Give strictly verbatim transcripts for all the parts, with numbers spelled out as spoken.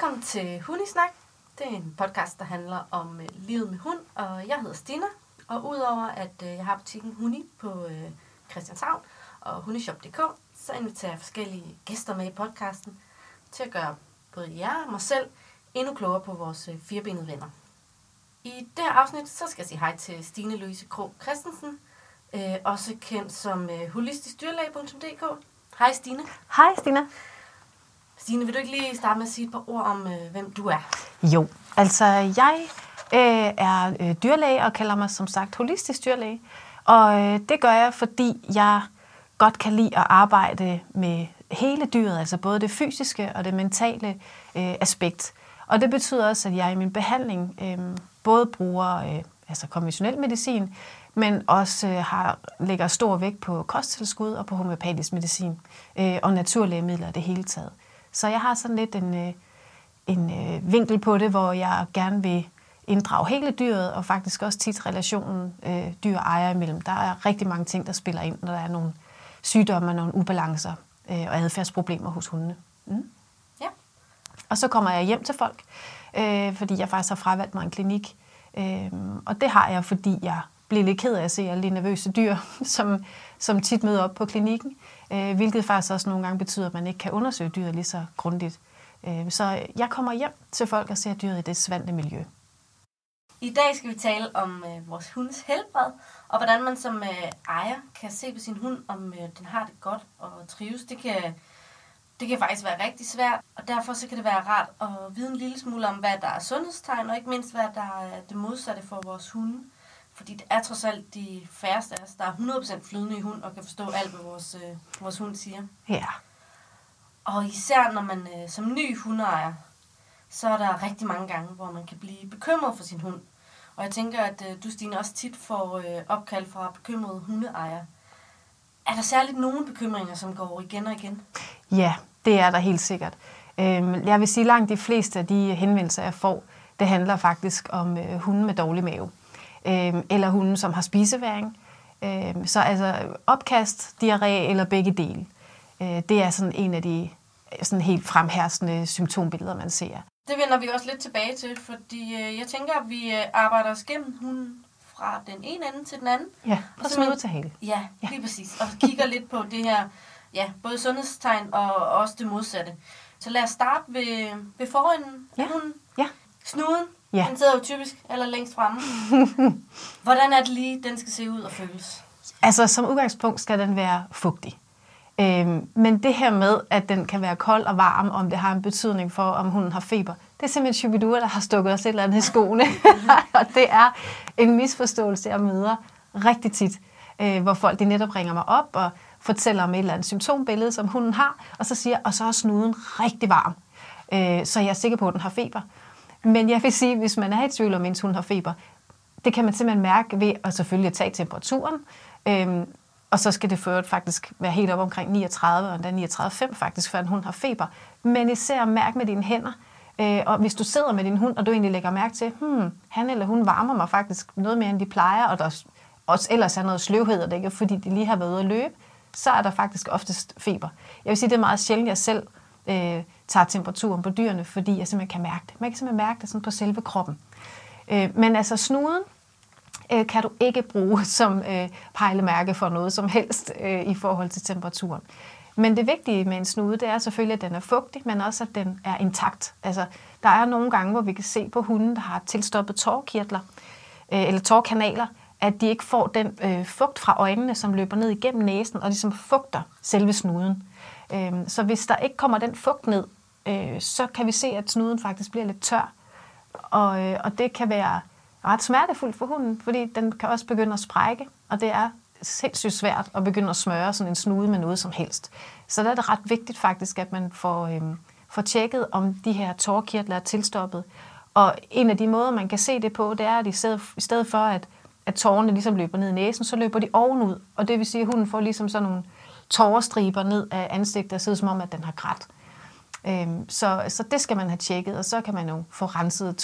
Velkommen til Hundesnak. Det er en podcast, der handler om øh, livet med hund, og jeg hedder Stina. Og udover at øh, jeg har butikken Hundi på øh, Christianshavn og hundeshop punktum d k, så inviterer jeg forskellige gæster med i podcasten til at gøre både jer og mig selv endnu klogere på vores øh, firebenede venner. I det her afsnit, så skal jeg sige hej til Stine Louise Krog Christensen, øh, også kendt som øh, holistisk dyrlæge punktum d k. Hej Stine. Hej Stina. Stine, vil du ikke lige starte med at sige et par ord om, øh, hvem du er? Jo, altså jeg øh, er øh, dyrlæge og kalder mig som sagt holistisk dyrlæge. Og øh, det gør jeg, fordi jeg godt kan lide at arbejde med hele dyret, altså både det fysiske og det mentale øh, aspekt. Og det betyder også, at jeg i min behandling øh, både bruger øh, altså konventionel medicin, men også øh, har, lægger stor vægt på kosttilskud og på homeopatisk medicin øh, og naturlægemidler det hele taget. Så jeg har sådan lidt en, øh, en øh, vinkel på det, hvor jeg gerne vil inddrage hele dyret, og faktisk også tit relationen øh, dyr og ejer imellem. Der er rigtig mange ting, der spiller ind, når der er nogle sygdomme og nogle ubalancer øh, og adfærdsproblemer hos hundene. Mm. Ja. Og så kommer jeg hjem til folk, øh, fordi jeg faktisk har fravalgt mig en klinik. Øh, og det har jeg, fordi jeg bliver lidt ked af at se alle de nervøse dyr, som, som tit møder op på klinikken. Øh, hvilket faktisk også nogle gange betyder, at man ikke kan undersøge dyret lige så grundigt. Øh, så jeg kommer hjem til folk og ser dyret i det svante miljø. I dag skal vi tale om øh, vores hunds helbred, og hvordan man som øh, ejer kan se på sin hund, om øh, den har det godt og trives. Det kan, det kan faktisk være rigtig svært, og derfor så kan det være rart at vide en lille smule om, hvad der er sundhedstegn, og ikke mindst, hvad der er det modsatte for vores hunde. Fordi det er trods alt de færreste af os, der er hundrede procent flydende i hund og kan forstå alt, hvad vores, øh, vores hund siger. Ja. Og især når man øh, som ny hundeejer, så er der rigtig mange gange, hvor man kan blive bekymret for sin hund. Og jeg tænker, at øh, du, Stine, også tit får øh, opkald fra bekymrede hundeejere. Er der særligt nogle bekymringer, som går igen og igen? Ja, det er der helt sikkert. Jeg vil sige, at langt de fleste af de henvendelser, jeg får, det handler faktisk om øh, hunde med dårlig mave. Eller hunde, som har spiseværing. Så altså opkast, diarré eller begge dele. Det er sådan en af de sådan helt fremherskende symptombilleder, man ser. Det vender vi også lidt tilbage til, fordi jeg tænker, at vi arbejder os gennem hunden fra den ene ende til den anden. Ja, fra smide til hale. Ja, lige ja. Præcis. Og kigger lidt på det her, ja, både sundhedstegn og også det modsatte. Så lad os starte ved, ved forenden af ja. hunden. Ja. Snuden. Ja. Den sidder jo typisk aller længst fremme. Hvordan er det lige, den skal se ud og føles? Altså, som udgangspunkt skal den være fugtig. Øhm, men det her med, at den kan være kold og varm, om det har en betydning for, om hunden har feber, det er simpelthen Shubidua, der har stukket os et eller andet i skoene. Og det er en misforståelse, jeg møder rigtig tit, øh, hvor folk de netop ringer mig op og fortæller om et eller andet symptombillede, som hunden har, og så siger, og så er snuden rigtig varm. Øh, så jeg er sikker på, at den har feber. Men jeg vil sige, at hvis man er i tvivl om, ens hund har feber, det kan man simpelthen mærke ved at selvfølgelig tage temperaturen. Øhm, og så skal det for øvrigt faktisk være helt op omkring niogtredive, og endda niogtredive komma fem faktisk, før en hund har feber. Men især mærk med dine hænder. Øh, og hvis du sidder med din hund, og du egentlig lægger mærke til, hmm, han eller hun varmer mig faktisk noget mere, end de plejer, og der også ellers er noget sløvhed, og det ikke fordi de lige har været ude at løbe, så er der faktisk oftest feber. Jeg vil sige, det er meget sjældent, jeg selv øh, tager temperaturen på dyrene, fordi jeg simpelthen kan mærke det. Man kan simpelthen mærke det sådan på selve kroppen. Øh, men altså snuden øh, kan du ikke bruge som øh, pejlemærke for noget som helst øh, i forhold til temperaturen. Men det vigtige med en snude, det er selvfølgelig, at den er fugtig, men også, at den er intakt. Altså, der er nogle gange, hvor vi kan se på hunden, der har tilstoppet tårkirtler, øh, eller tårkanaler, at de ikke får den øh, fugt fra øjnene, som løber ned igennem næsen, og ligesom fugter selve snuden. Øh, så hvis der ikke kommer den fugt ned, øh, så kan vi se, at snuden faktisk bliver lidt tør. Og, øh, og det kan være ret smertefuldt for hunden, fordi den kan også begynde at sprække, og det er sindssygt svært at begynde at smøre sådan en snude med noget som helst. Så der er det ret vigtigt faktisk, at man får, øh, får tjekket, om de her tårkirtler er tilstoppet. Og en af de måder, man kan se det på, det er, at i stedet, i stedet for, at, at tårerne ligesom løber ned i næsen, så løber de ovenud. Og det vil sige, at hunden får ligesom sådan nogle tårestriber ned af ansigtet, der sidder som om, at den har grædt. Øhm, så, så det skal man have tjekket, og så kan man jo få renset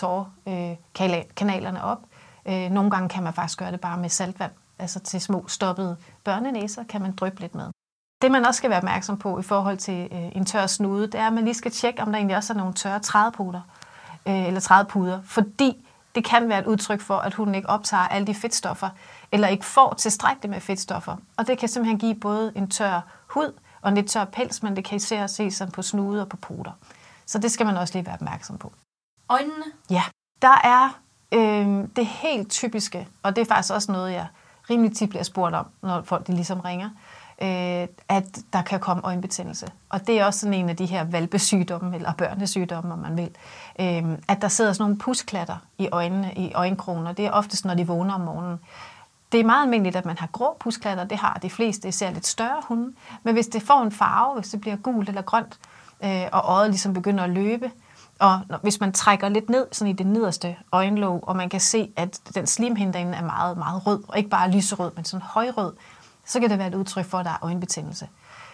tårkanalerne øh, op. Øh, nogle gange kan man faktisk gøre det bare med saltvand. Altså til små stoppede børnenæser kan man dryppe lidt med. Det, man også skal være opmærksom på i forhold til øh, en tør snude, det er, at man lige skal tjekke, om der egentlig også er nogle tørre trædepuder, øh, eller trædepuder, fordi det kan være et udtryk for, at hunden ikke optager alle de fedtstoffer, eller ikke får tilstrækkeligt med fedtstoffer. Og det kan simpelthen give både en tør hud og en lidt tør pels, men det kan især ses sådan på snude og på poter. Så det skal man også lige være opmærksom på. Øjnene? Ja, der er øh, det helt typiske, og det er faktisk også noget, jeg rimelig tit bliver spurgt om, når folk de ligesom ringer, øh, at der kan komme øjenbetændelse. Og det er også sådan en af de her hvalpesygdomme, eller børnesygdomme, om man vil. Øh, at der sidder sådan nogle pusklatter i øjnene, i øjenkroner. Det er oftest, når de vågner om morgenen. Det er meget almindeligt, at man har grå pusklatter. Det har de fleste, især lidt større hunde. Men hvis det får en farve, hvis det bliver gult eller grønt, øh, og øjet ligesom begynder at løbe, og når, hvis man trækker lidt ned sådan i det nederste øjenlåg, og man kan se, at den slimhinde derinde er meget, meget rød, og ikke bare lyserød, men sådan højrød, så kan det være et udtryk for, at der er øjenbetændelse.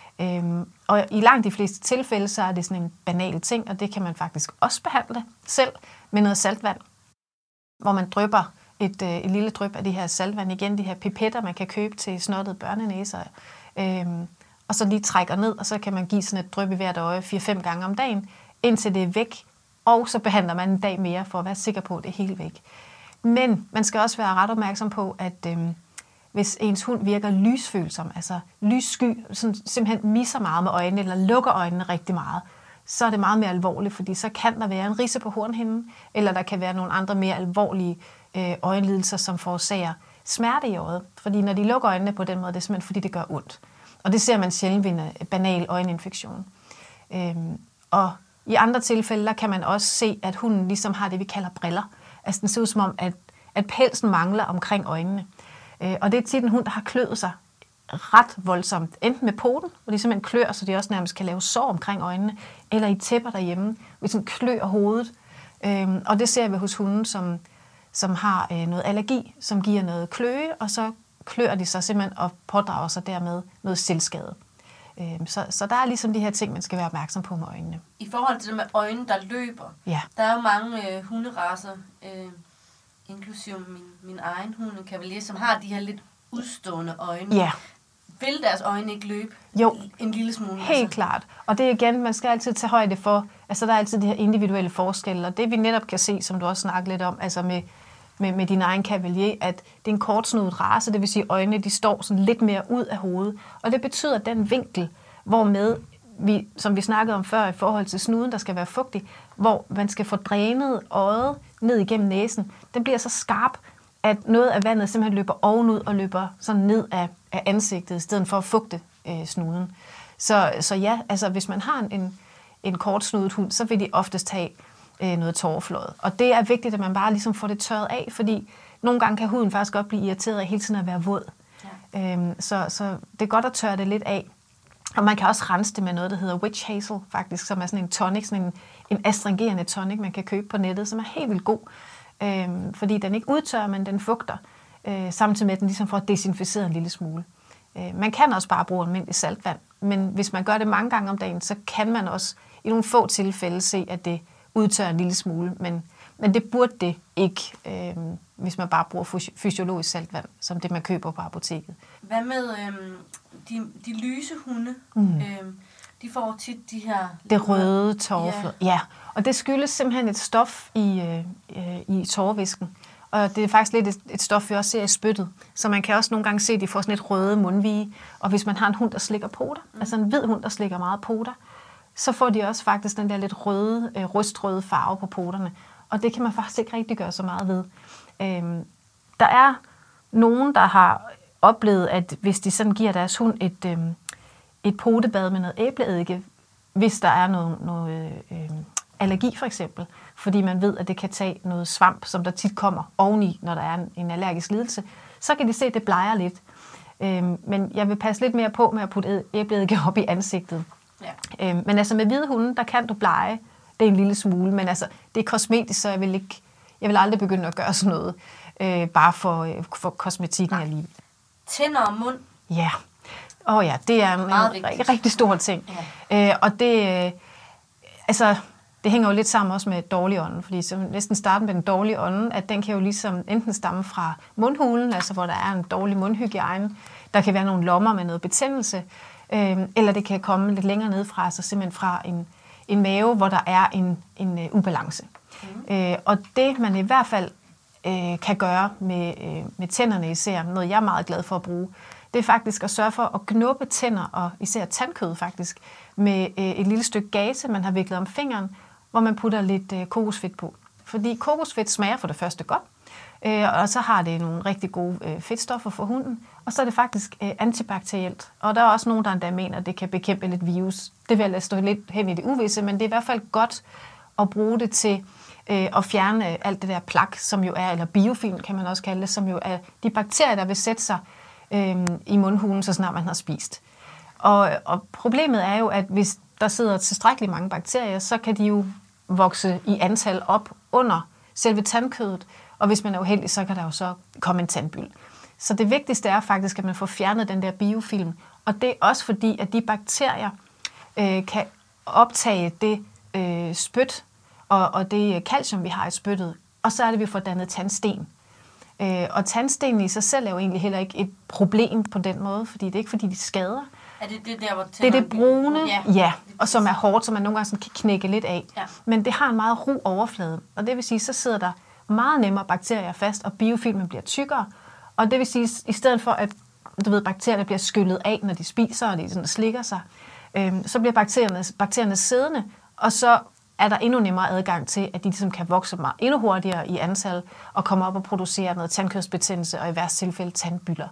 Øhm, og i langt de fleste tilfælde, så er det sådan en banal ting, og det kan man faktisk også behandle selv med noget saltvand, hvor man drypper et, øh, et lille dryp af de her saltvand, igen de her pipetter, man kan købe til snottede børnenæser, øhm, og så lige trækker ned, og så kan man give sådan et dryp i hvert øje fire fem gange om dagen, indtil det er væk, og så behandler man en dag mere, for at være sikker på, at det er helt væk. Men man skal også være ret opmærksom på, at øhm, hvis ens hund virker lysfølsom, altså lyssky, sådan simpelthen misser meget med øjnene, eller lukker øjnene rigtig meget, så er det meget mere alvorligt, fordi så kan der være en ridse på hornhinden, eller der kan være nogle andre mere alvorlige øh, øjenlidelser, som forårsager smerte i øjet. Fordi når de lukker øjnene på den måde, det er simpelthen fordi, det gør ondt. Og det ser man sjældent ved en banal øjeninfektion. Øhm, og i andre tilfælde, der kan man også se, at hunden ligesom har det, vi kalder briller. Altså den ser ud som om, at, at pelsen mangler omkring øjnene. Øh, og det er tit en hund, der har kløet sig ret voldsomt. Enten med poten, hvor de simpelthen klør, så de også nærmest kan lave sår omkring øjnene, eller i tæpper derhjemme, hvis den klør hovedet. Øh, og det ser vi hos hunden, som, som har øh, noget allergi, som giver noget kløe, og så klør de sig simpelthen og pådrager sig dermed noget selvskade. Så, så der er ligesom de her ting, man skal være opmærksom på med øjnene. I forhold til det med øjne, der løber, ja. Der er jo mange øh, hunderacer, øh, inklusive min, min egen hunde, Cavalier, som har de her lidt udstående øjne. Ja. Vil deres øjne ikke løbe jo. en lille smule? Helt altså? klart. Og det er igen, man skal altid tage højde for, altså der er altid de her individuelle forskelle, og det vi netop kan se, som du også snakkede lidt om, altså med, med, med din egen Cavalier, at det er en kortsnudet race, det vil sige, at øjnene de står sådan lidt mere ud af hovedet. Og det betyder, at den vinkel, hvormed vi, som vi snakkede om før i forhold til snuden, der skal være fugtig, hvor man skal få drænet øjet ned igennem næsen, den bliver så skarp, at noget af vandet simpelthen løber ovenud og løber sådan ned af, af ansigtet, i stedet for at fugte øh, snuden. Så, så ja, altså hvis man har en, en kortsnudet hund, så vil de oftest have øh, noget tåreflåde. Og det er vigtigt, at man bare ligesom får det tørret af, fordi nogle gange kan huden faktisk godt blive irriteret af hele tiden at være våd. Ja. Øhm, så, så det er godt at tørre det lidt af. Og man kan også rense det med noget, der hedder witch hazel, faktisk, som er sådan en tonic, sådan en, en astringerende tonic, man kan købe på nettet, som er helt vildt god. Øhm, fordi den ikke udtørrer, men den fugter, øh, samtidig med, at den ligesom får desinficeret en lille smule. Øh, man kan også bare bruge almindelig saltvand, men hvis man gør det mange gange om dagen, så kan man også i nogle få tilfælde se, at det udtørrer en lille smule, men, men det burde det ikke, øh, hvis man bare bruger fysiologisk saltvand, som det man køber på apoteket. Hvad med øh, de, de lyse hunde? Mm. Øh, de får tit de her... Det røde tåreflåd. Ja. ja, og det skyldes simpelthen et stof i, øh, i tårevæsken. Og det er faktisk lidt et, et stof, vi også ser i spyttet. Så man kan også nogle gange se, at de får sådan lidt røde mundvige. Og hvis man har en hund, der slikker poter, mm. altså en hvid hund, der slikker meget poter, så får de også faktisk den der lidt røde, øh, rustrøde farve på poterne. Og det kan man faktisk ikke rigtig gøre så meget ved. Øhm, der er nogen, der har oplevet, at hvis de sådan giver deres hund et... Øh, et potebad med noget æbleeddike, hvis der er noget, noget øh, allergi for eksempel, fordi man ved, at det kan tage noget svamp, som der tit kommer oveni, når der er en, en allergisk lidelse, så kan de se, at det bleger lidt. Øh, men jeg vil passe lidt mere på med at putte æbleeddike op i ansigtet. Ja. Øh, men altså med hvide hunde, der kan du blege det er en lille smule, men altså det er kosmetisk, så jeg vil, ikke, jeg vil aldrig begynde at gøre sådan noget, øh, bare for, øh, for kosmetikken alligevel. Tænder og mund? Ja. Åh oh ja, det er en, en rigtig, rigtig stor ting. Ja. Øh, og det, øh, altså, det hænger jo lidt sammen også med dårlig ånden, fordi så næsten starten med den dårlige ånden, at den kan jo ligesom enten stamme fra mundhulen, altså hvor der er en dårlig mundhygiejne, der kan være nogle lommer med noget betændelse, øh, eller det kan komme lidt længere ned fra, altså simpelthen fra en, en mave, hvor der er en, en uh, ubalance. Mm. Øh, og det, man i hvert fald øh, kan gøre med, øh, med tænderne især, noget jeg er meget glad for at bruge, det er faktisk at sørge for at knuppe tænder, og især tandkød faktisk, med øh, et lille stykke gaze, man har viklet om fingeren, hvor man putter lidt øh, kokosfedt på. Fordi kokosfedt smager for det første godt, øh, og så har det nogle rigtig gode øh, fedtstoffer for hunden, og så er det faktisk øh, antibakterielt. Og der er også nogen, der endda mener, at det kan bekæmpe lidt virus. Det vil jeg lade stå lidt hen i det uvisse, men det er i hvert fald godt at bruge det til øh, at fjerne alt det der plak, som jo er, eller biofilm kan man også kalde det, som jo er de bakterier, der vil sætte sig øh, i mundhulen, så snart man har spist. Og, og problemet er jo, at hvis der sidder tilstrækkeligt mange bakterier, så kan de jo vokse i antal op under selve tandkødet, og hvis man er uheldig, så kan der jo så komme en tandbyld. Så det vigtigste er faktisk, at man får fjernet den der biofilm, og det er også fordi, at de bakterier øh, kan optage det øh, spyt og, og det calcium, vi har i spyttet, og så er det, vi får dannet tandsten. Øh, og tandstenen i sig selv er jo egentlig heller ikke et problem på den måde, fordi det er ikke fordi, de skader. Er det det der, hvor det er det brune, ja, ja, og som er hårdt, som man nogle gange sådan kan knække lidt af. Ja. Men det har en meget ru overflade, og det vil sige, så sidder der meget nemmere bakterier fast, og biofilmen bliver tykkere. Og det vil sige, i stedet for at du ved, bakterierne bliver skyllet af, når de spiser, og de sådan slikker sig, øhm, så bliver bakterierne, bakterierne siddende, og så er der endnu nemmere adgang til, at de ligesom kan vokse meget endnu hurtigere i antal, og komme op og producere noget tandkødsbetændelse, og i værste tilfælde tandbylder.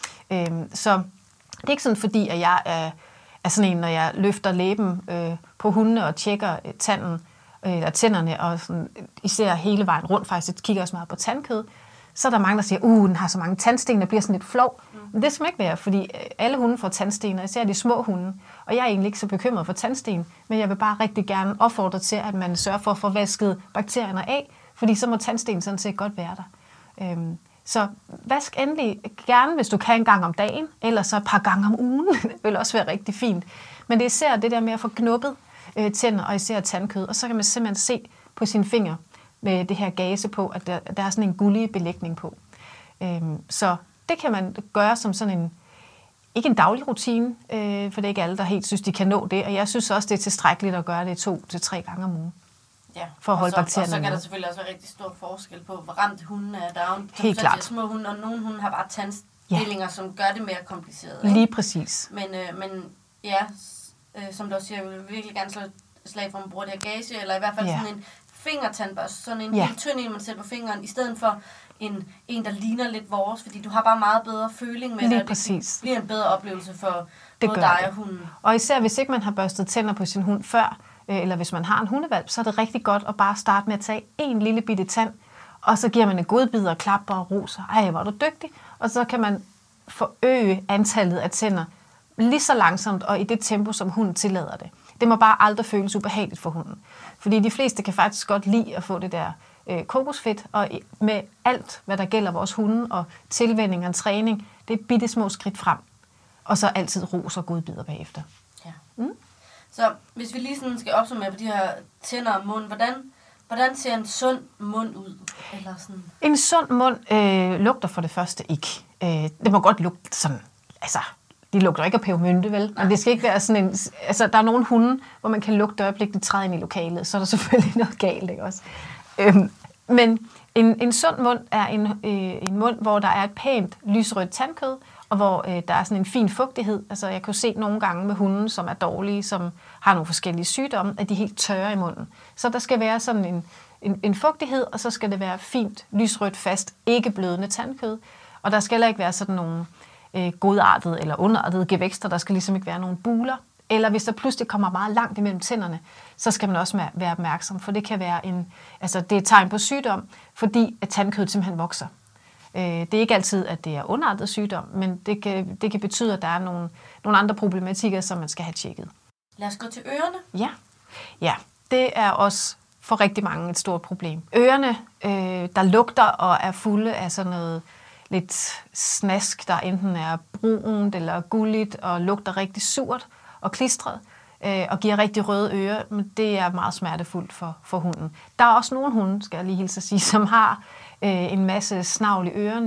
Øhm, så det er ikke sådan, fordi at jeg er, er sådan en, når jeg løfter læben øh, på hundene og tjekker øh, tanden, øh, eller tænderne, og sådan, især hele vejen rundt faktisk, kigger også meget på tandkød, så er der mange, der siger, uh, den har så mange tandsten, der bliver sådan lidt flov. Mm. Men det skal ikke være, fordi alle hunde får tandsten, og især de små hunde. Og jeg er egentlig ikke så bekymret for tandsten, men jeg vil bare rigtig gerne opfordre til, at man sørger for at få vasket bakterierne af, fordi så må tandsten sådan set godt være der. Øhm, så vask endelig gerne, hvis du kan en gang om dagen, eller så et par gange om ugen. Det vil også være rigtig fint. Men det er især det der med at få knuppet øh, tænder, og især tandkød, og så kan man simpelthen se på sine fingre, med det her gaze på, at der, der er sådan en gullig belægning på. Øhm, så det kan man gøre som sådan en, ikke en daglig rutine, øh, for det er ikke alle, der helt synes, de kan nå det, og jeg synes også, det er tilstrækkeligt at gøre det to til tre gange om ugen. Ja, for at holde og så, bakterierne og så kan med. der selvfølgelig også være rigtig stor forskel på, hvor ramt hunden er. Der er jo helt klart. Små hunde, og nogle hunde har bare tandstillinger, ja, som gør det mere kompliceret. Ikke? Lige præcis. Men, øh, men ja, øh, som du også siger, jeg vil virkelig gerne slå et slag for, at man bruger det her gage, eller i hvert fald ja. sådan en fingertandbørste, sådan en ja. helt tynd en, man sætter på fingeren, i stedet for en, en, der ligner lidt vores, fordi du har bare meget bedre føling med lige det, præcis. Det bliver en bedre oplevelse for det både dig og hunden. Og især hvis ikke man har børstet tænder på sin hund før, eller hvis man har en hundevalp, så er det rigtig godt at bare starte med at tage en lille bitte tand, og så giver man en godbid og klapper og roser. Ej, hvor er du dygtig. Og så kan man forøge antallet af tænder lige så langsomt og i det tempo, som hunden tillader det. Det må bare aldrig føles ubehageligt for hunden. Fordi de fleste kan faktisk godt lide at få det der øh, kokosfedt, og med alt, hvad der gælder vores hunde, og tilvænning og træning, det er bitte små skridt frem. Og så altid ros og godbidder bagefter. Ja. Mm? Så hvis vi lige sådan skal opsummere på de her tænder og mund, hvordan, hvordan ser en sund mund ud? Eller sådan? En sund mund øh, lugter for det første ikke. Øh, det må godt lugte sådan, altså... De lugter ikke af pebermynte, vel? Men det skal ikke være sådan en... Altså, der er nogle hunde, hvor man kan lugte øjeblikkeligt træde ind i lokalet, så er der selvfølgelig noget galt, ikke også? Øhm, men en, en sund mund er en, øh, en mund, hvor der er et pænt lysrødt tandkød, og hvor øh, der er sådan en fin fugtighed. Altså, jeg kan se nogle gange med hunde, som er dårlige, som har nogle forskellige sygdomme, at de er helt tørre i munden. Så der skal være sådan en, en, en fugtighed, og så skal det være fint, lysrødt, fast, ikke blødende tandkød. Og der skal heller ikke være sådan nogle... godartede eller underartede gevækster. Der skal ligesom ikke være nogen buler. Eller hvis der pludselig kommer meget langt imellem tænderne, så skal man også være opmærksom, for det kan være en, altså det er et tegn på sygdom, fordi at tandkødet simpelthen vokser. Det er ikke altid, at det er underartet sygdom, men det kan, det kan betyde, at der er nogle, nogle andre problematikker, som man skal have tjekket. Lad os gå til ørerne. Ja, ja, det er også for rigtig mange et stort problem. Ørerne, øh, der lugter og er fulde af sådan noget lidt snask, der enten er brunt eller gulligt og lugter rigtig surt og klistret øh, og giver rigtig røde ører, men det er meget smertefuldt for, for hunden. Der er også nogle hunde, skal jeg lige hilse at sige, som har øh, en masse snavl i ørerne,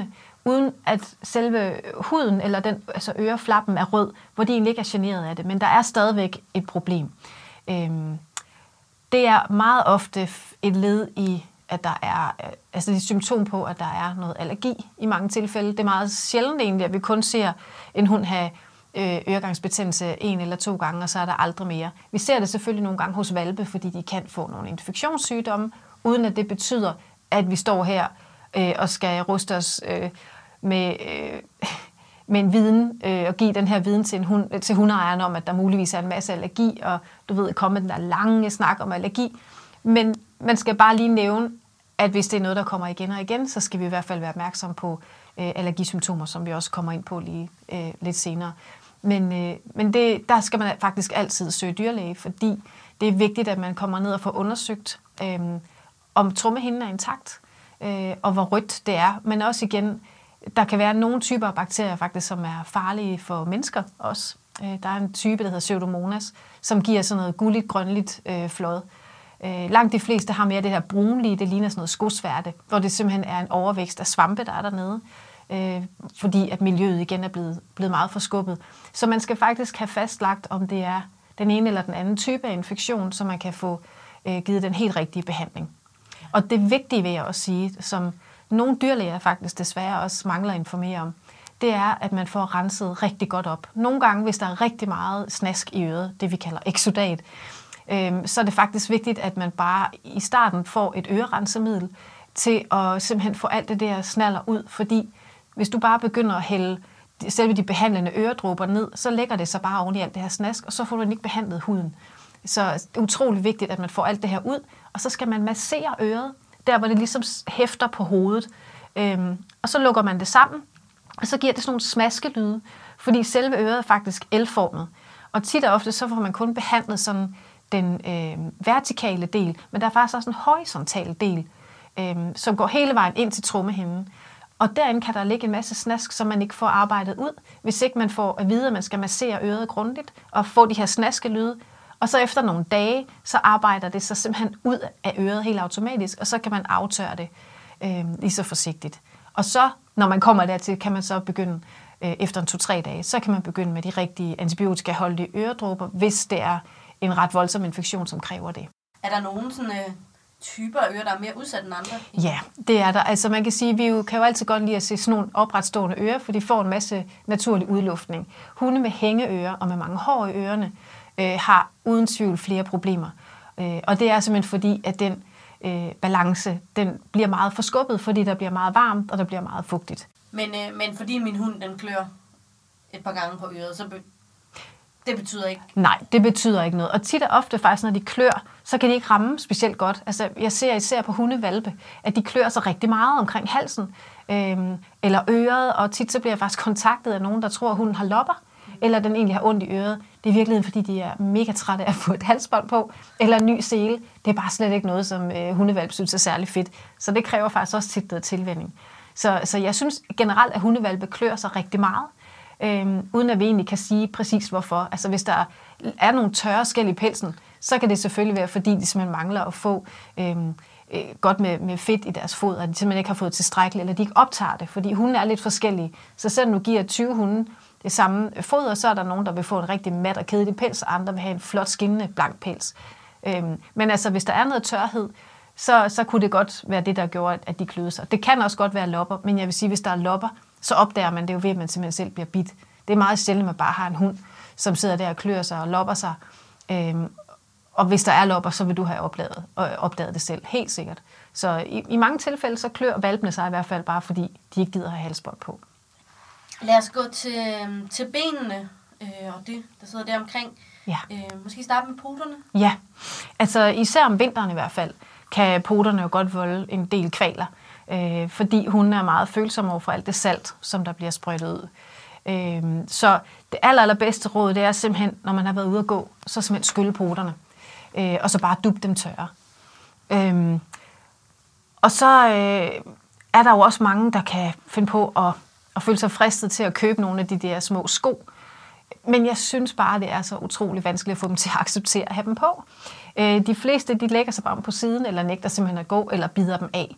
uden at selve huden eller den, altså øreflappen er rød, hvor de egentlig ikke er generet af det, men der er stadigvæk et problem. Øhm, det er meget ofte et led i, at der er altså et symptom på, at der er noget allergi i mange tilfælde. Det er meget sjældent egentlig, at vi kun ser en hund have øregangsbetændelse en eller to gange, og så er der aldrig mere. Vi ser det selvfølgelig nogle gange hos hvalpe, fordi de kan få nogle infektionssygdomme, uden at det betyder, at vi står her øh, og skal ruste os øh, med, øh, med en viden, øh, og give den her viden til, en hund, til hundeejerne om, at der muligvis er en masse allergi, og du ved, komme den der lange snak om allergi. Men man skal bare lige nævne, at hvis det er noget, der kommer igen og igen, så skal vi i hvert fald være opmærksom på øh, allergisymptomer, som vi også kommer ind på lige øh, lidt senere. Men, øh, men det, der skal man faktisk altid søge dyrlæge, fordi det er vigtigt, at man kommer ned og får undersøgt, øh, om trommehinden er intakt, øh, og hvor rødt det er. Men også igen, der kan være nogle typer af bakterier, faktisk, som er farlige for mennesker også. Øh, der er en type, der hedder Pseudomonas, som giver sådan noget gulligt, grønligt øh, flåd. Øh, langt de fleste har mere det her brunlige, det ligner sådan noget skosværte, hvor det simpelthen er en overvækst af svampe, der er dernede. Øh, fordi at miljøet igen er blevet, blevet meget forskubbet. Så man skal faktisk have fastlagt, om det er den ene eller den anden type af infektion, så man kan få øh, givet den helt rigtige behandling. Og det vigtige vil jeg også sige, som nogle dyrlæger faktisk desværre også mangler at informere om, det er, at man får renset rigtig godt op. Nogle gange, hvis der er rigtig meget snask i øret, det vi kalder exudat, øh, så er det faktisk vigtigt, at man bare i starten får et ørerensemiddel til at simpelthen få alt det der snaller ud, fordi hvis du bare begynder at hælde selve de behandlende øredråber ned, så lægger det sig bare oven i alt det her snask, og så får du ikke behandlet huden. Så det er utrolig vigtigt, at man får alt det her ud, og så skal man massere øret, der hvor det ligesom hæfter på hovedet. Øhm, og så lukker man det sammen, og så giver det sådan nogle smaskelyde, fordi selve øret er faktisk L-formet. Og tit og ofte så får man kun behandlet sådan den øh, vertikale del, men der er faktisk også en horisontal del, øh, som går hele vejen ind til trommehinden. Og derinde kan der ligge en masse snask, som man ikke får arbejdet ud, hvis ikke man får at vide, at man skal massere øret grundigt og få de her snaskelyde. Og så efter nogle dage, så arbejder det sig simpelthen ud af øret helt automatisk, og så kan man aftørre det øh, lige så forsigtigt. Og så, når man kommer dertil, kan man så begynde, øh, efter en to-tre dage, så kan man begynde med de rigtige antibiotikaholdige øredråber, hvis det er en ret voldsom infektion, som kræver det. Er der nogen sådan... Øh typer af ører, der er mere udsat end andre? Ja, det er der. Altså man kan sige, at vi jo, kan jo altid godt lide at se sådan nogle opretstående ører, for de får en masse naturlig udluftning. Hunde med hængeører og med mange hår i ørerne øh, har uden tvivl flere problemer. Øh, og det er simpelthen fordi, at den øh, balance, den bliver meget forskubbet, fordi der bliver meget varmt, og der bliver meget fugtigt. Men, øh, men fordi min hund, den klør et par gange på øret, så... Be- Det betyder ikke? Nej, det betyder ikke noget. Og tit og ofte faktisk, når de klør, så kan de ikke ramme specielt godt. Altså, jeg ser især på hundevalpe, at de klør så rigtig meget omkring halsen øhm, eller øret, og tit så bliver jeg faktisk kontaktet af nogen, der tror, at hunden har lopper, eller den egentlig har ondt i øret. Det er i virkeligheden, fordi de er mega trætte af at få et halsbånd på, eller en ny sele. Det er bare slet ikke noget, som øh, hundevalpe synes er særlig fedt. Så det kræver faktisk også tit noget tilvænning. Så, så jeg synes generelt, at hundevalpe klør sig rigtig meget. Øhm, uden at vi egentlig kan sige præcis hvorfor. Altså hvis der er nogle tørre skæl i pelsen, så kan det selvfølgelig være, fordi de simpelthen mangler at få øhm, øh, godt med, med fedt i deres fod, og de simpelthen ikke har fået tilstrækkeligt, eller de ikke optager det, fordi hunde er lidt forskellige. Så selvom du giver tyve hunde det samme foder, så er der nogen, der vil få en rigtig mat og kedelig pels, og andre vil have en flot skinnende blank pels. Øhm, men altså hvis der er noget tørhed, så, så kunne det godt være det, der gjorde, at de kløede sig. Det kan også godt være lopper, men jeg vil sige, hvis der er lopper, så opdager man det jo ved, at man simpelthen selv bliver bidt. Det er meget sjældent, at man bare har en hund, som sidder der og klør sig og lopper sig. Øhm, og hvis der er lopper, så vil du have opdaget, øh, opdaget det selv, helt sikkert. Så i, i mange tilfælde, så klør valpene sig i hvert fald bare, fordi de ikke gider have halsbånd på. Lad os gå til, til benene øh, og det, der sidder der omkring. Ja. Øh, måske starte med poterne. Ja, altså især om vinteren i hvert fald, kan poterne jo godt volde en del kvaler. Øh, fordi hunde er meget følsomme over for alt det salt, som der bliver sprøjtet ud. Øh, så det aller, allerbedste råd, det er simpelthen, når man har været ude at gå, så simpelthen skylle poterne, øh, og så bare dubbe dem tørre. Øh, og så øh, er der jo også mange, der kan finde på at, at føle sig fristet til at købe nogle af de der små sko. Men jeg synes bare, det er så utrolig vanskeligt at få dem til at acceptere at have dem på. Øh, de fleste, de lægger sig bare på siden, eller nægter simpelthen at gå, eller bider dem af.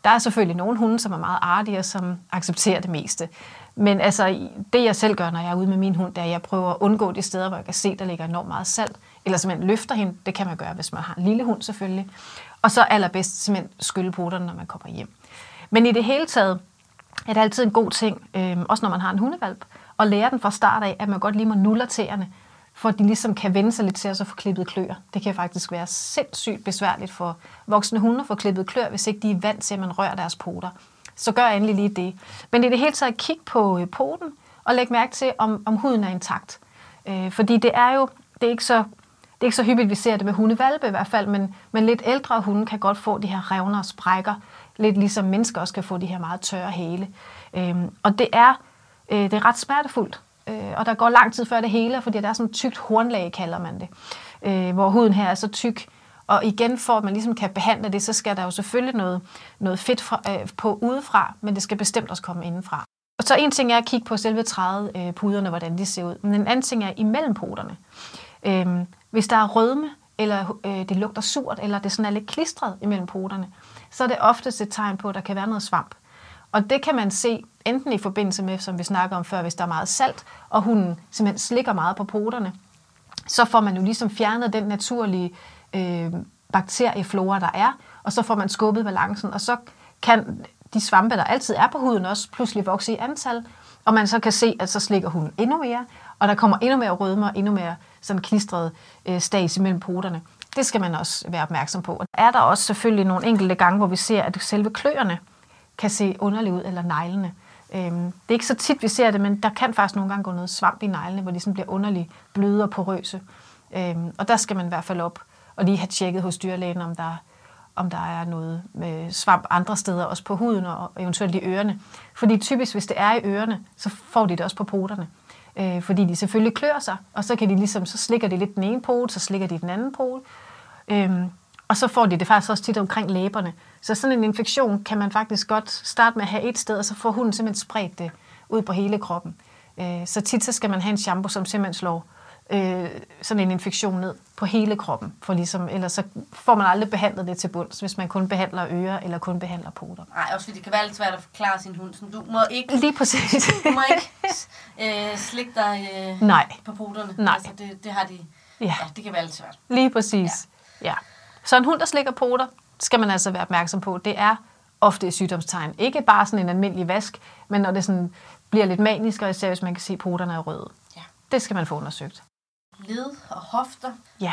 der er selvfølgelig nogle hunde, som er meget artige og som accepterer det meste. Men altså, det jeg selv gør, når jeg er ude med min hund, det er, at jeg prøver at undgå de steder, hvor jeg kan se, der ligger enormt meget salt. Eller simpelthen løfter hende. Det kan man gøre, hvis man har en lille hund selvfølgelig. Og så allerbedst simpelthen skylle poterne, når man kommer hjem. Men i det hele taget er det altid en god ting, øh, også når man har en hundevalp, at lære den fra start af, at man godt lige må nulle tæerne, for at de ligesom kan vende sig lidt til at så få klippet kløer. Det kan faktisk være sindssygt besværligt for voksne hunde at få klippet kløer, hvis ikke de er vant til, at man rører deres poter. Så gør endelig lige det. Men i det hele taget kig på øh, poten, og læg mærke til, om, om huden er intakt. Øh, fordi det er jo det er ikke så, det er ikke så hyppigt, vi ser det med hundevalpe i hvert fald, men, men lidt ældre hunde kan godt få de her revner og sprækker, lidt ligesom mennesker også kan få de her meget tørre hæle. Øh, og det er, øh, det er ret smertefuldt. Og der går lang tid før det hele, fordi der er sådan et tykt hornlag, kalder man det, øh, hvor huden her er så tyk. Og igen, for at man ligesom kan behandle det, så skal der jo selvfølgelig noget, noget fedt fra, øh, på udefra, men det skal bestemt også komme indenfra. Og så en ting er at kigge på selve trædepuderne, øh, hvordan de ser ud. Men en anden ting er imellem poterne. Øh, hvis der er rødme, eller øh, det lugter surt, eller det sådan er lidt klistret imellem poterne, så er det oftest et tegn på, at der kan være noget svamp. Og det kan man se enten i forbindelse med, som vi snakker om før, hvis der er meget salt, og hunden simpelthen slikker meget på poterne, så får man jo ligesom fjernet den naturlige øh, bakterieflora, der er, og så får man skubbet balancen, og så kan de svampe, der altid er på huden, også pludselig vokse i antal, og man så kan se, at så slikker hunden endnu mere, og der kommer endnu mere rødme og endnu mere sådan klistret øh, stads imellem poterne. Det skal man også være opmærksom på. Og er der også selvfølgelig nogle enkelte gange, hvor vi ser, at selve kløerne kan se underligt ud, eller neglene. Øhm, det er ikke så tit, vi ser det, men der kan faktisk nogle gange gå noget svamp i neglene, hvor de sådan bliver underligt bløde og porøse. Øhm, og der skal man i hvert fald op og lige have tjekket hos dyrlægen, om der, om der er noget med svamp andre steder, også på huden og eventuelt i ørerne. Fordi typisk, hvis det er i ørerne, så får de det også på poterne. Øh, fordi de selvfølgelig klør sig, og så kan de ligesom, så slikker de lidt den ene pote, så slikker de den anden pote. Øhm, Og så får de det faktisk også tit omkring læberne. Så sådan en infektion kan man faktisk godt starte med at have et sted, og så får hunden simpelthen spredt det ud på hele kroppen. Så tit så skal man have en shampoo, som simpelthen slår øh, sådan en infektion ned på hele kroppen. For ligesom, ellers så får man aldrig behandlet det til bunds, hvis man kun behandler ører eller kun behandler poter. Nej, også fordi det kan være lidt svært at forklare sin hund. Sådan, du må ikke, Lige præcis. du må ikke øh, slikke dig øh, Nej. på poterne. Nej. Altså, det, det har de. Ja. Ja, det kan være lidt svært. Lige præcis. Ja. Ja. Så en hund, der slikker poter, skal man altså være opmærksom på. Det er ofte et sygdomstegn. Ikke bare sådan en almindelig vask, men når det sådan bliver lidt manisk, og især hvis man kan se, at poterne er røde. Ja. Det skal man få undersøgt. Led og hofter. Ja.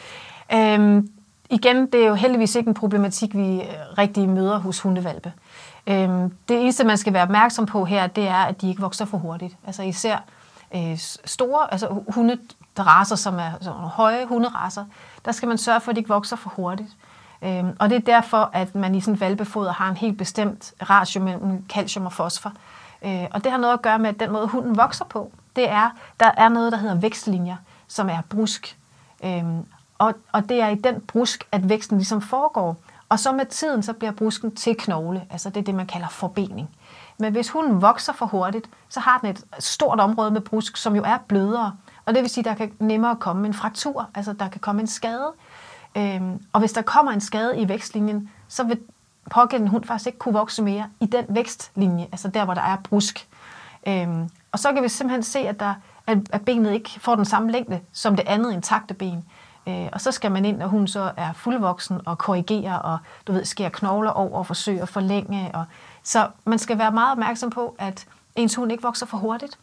Øhm, igen, det er jo heldigvis ikke en problematik, vi rigtig møder hos hundevalpe. Øhm, det eneste, man skal være opmærksom på her, det er, at de ikke vokser for hurtigt. Altså især øh, store, altså hunde, der racer, som er sådan nogle høje hunderacer, der skal man sørge for, at de ikke vokser for hurtigt. Øhm, og det er derfor, at man i sådan en valpefoder har en helt bestemt ratio mellem calcium og fosfor. Øh, og det har noget at gøre med, at den måde, hunden vokser på, det er, der er noget, der hedder vækstlinjer, som er brusk. Øhm, og, og det er i den brusk, at væksten ligesom foregår. Og så med tiden, så bliver brusken til knogle. Altså det er det, man kalder forbening. Men hvis hunden vokser for hurtigt, så har den et stort område med brusk, som jo er blødere. Og det vil sige, at der kan nemmere komme en fraktur, altså der kan komme en skade. Øhm, og hvis der kommer en skade i vækstlinjen, så vil pågældende hund faktisk ikke kunne vokse mere i den vækstlinje, altså der, hvor der er brusk. Øhm, og så kan vi simpelthen se, at, der, at benet ikke får den samme længde som det andet intakte ben. Øh, og så skal man ind, når hunden så er fuldvoksen og korrigere og du ved, skære knogler over og forsøge at forlænge. Og, så man skal være meget opmærksom på, at ens hund ikke vokser for hurtigt.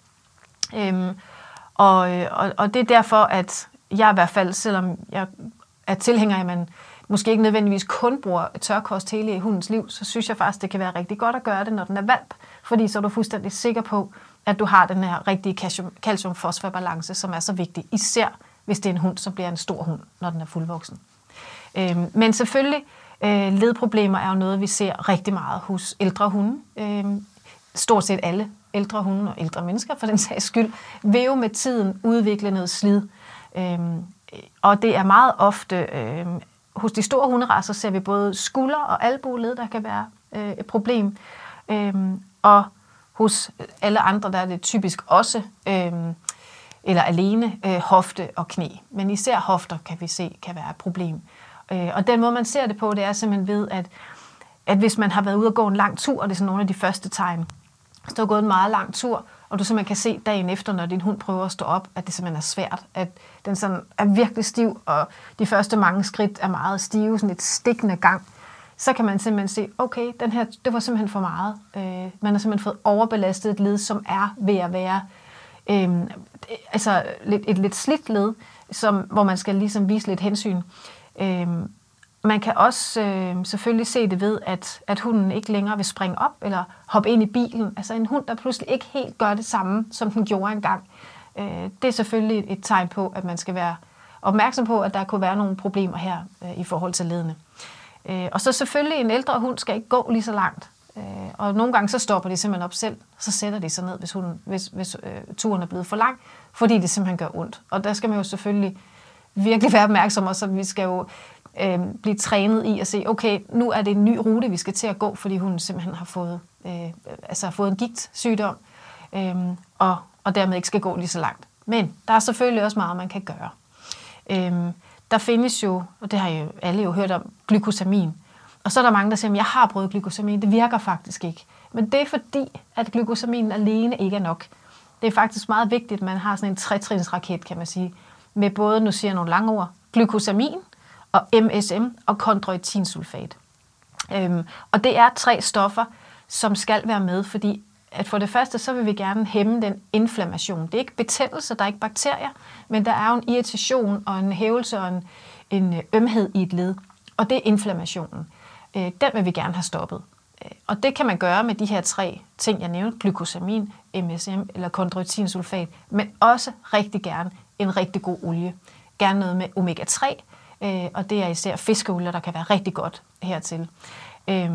Øhm, og, og, og det er derfor, at jeg i hvert fald, selvom jeg er tilhænger af, at man måske ikke nødvendigvis kun bruger tørkost hele i hundens liv, så synes jeg faktisk, det kan være rigtig godt at gøre det, når den er valp. Fordi så er du fuldstændig sikker på, at du har den her rigtige calcium-fosfor-balance, som er så vigtig. Især hvis det er en hund, som bliver en stor hund, når den er fuldvoksen. Øhm, men selvfølgelig, øh, ledproblemer er jo noget, vi ser rigtig meget hos ældre hunde. Øhm, stort set alle ældre hunde og ældre mennesker, for den sags skyld, vil jo med tiden udvikle noget slid. Øhm, og det er meget ofte, øh, hos de store hunderacer ser vi både skulder- og albueled, der kan være øh, et problem. Øhm, og hos alle andre, der er det typisk også, øh, eller alene, øh, hofte og knæ. Men især hofter, kan vi se, kan være et problem. Øh, og den måde, man ser det på, det er simpelthen ved, at at hvis man har været ude og gå en lang tur, og det er sådan nogle af de første tegn, så du har gået en meget lang tur, og du simpelthen kan se dagen efter, når din hund prøver at stå op, at det simpelthen er svært, at den sådan er virkelig stiv, og de første mange skridt er meget stive, sådan et stikkende gang, så kan man simpelthen se, okay, den her, det var simpelthen for meget. Øh, man har simpelthen fået overbelastet et led, som er ved at være øh, altså lidt, et lidt slidt led, som, hvor man skal ligesom vise lidt hensyn. Øh, man kan også øh, selvfølgelig se det ved, at, at hunden ikke længere vil springe op eller hoppe ind i bilen. Altså en hund, der pludselig ikke helt gør det samme, som den gjorde engang. Øh, det er selvfølgelig et tegn på, at man skal være opmærksom på, at der kunne være nogle problemer her øh, i forhold til ledene. Øh, og så selvfølgelig en ældre hund skal ikke gå lige så langt. Øh, og nogle gange så stopper de simpelthen op selv, så sætter de sig ned, hvis, hunden, hvis, hvis øh, turen er blevet for lang, fordi det simpelthen gør ondt. Og der skal man jo selvfølgelig virkelig være opmærksom, og så vi skal jo øh, blive trænet i at se, okay, nu er det en ny rute, vi skal til at gå, fordi hunden simpelthen har fået, øh, altså fået en gigtsygdom, øh, og, og dermed ikke skal gå lige så langt. Men der er selvfølgelig også meget, man kan gøre. Øh, Der findes jo, og det har jo alle jo hørt om, glykosamin. Og så er der mange, der siger, at jeg har prøvet glykosamin. Det virker faktisk ikke. Men det er fordi, at glykosamin alene ikke er nok. Det er faktisk meget vigtigt, at man har sådan en tretrinsraket, kan man sige, med både, nu siger jeg nogle lange ord, glykosamin og M S M og chondroitinsulfat. Øhm, og det er tre stoffer, som skal være med, fordi at for det første, så vil vi gerne hæmme den inflammation. Det er ikke betændelse, der er ikke bakterier, men der er jo en irritation og en hævelse og en, en ømhed i et led. Og det er inflammationen. Øh, den vil vi gerne have stoppet. Og det kan man gøre med de her tre ting, jeg nævnte, glykosamin, M S M eller chondroitinsulfat, men også rigtig gerne en rigtig god olie. Gerne noget med omega tre, øh, og det er især fiskeolie, der kan være rigtig godt hertil. Øh,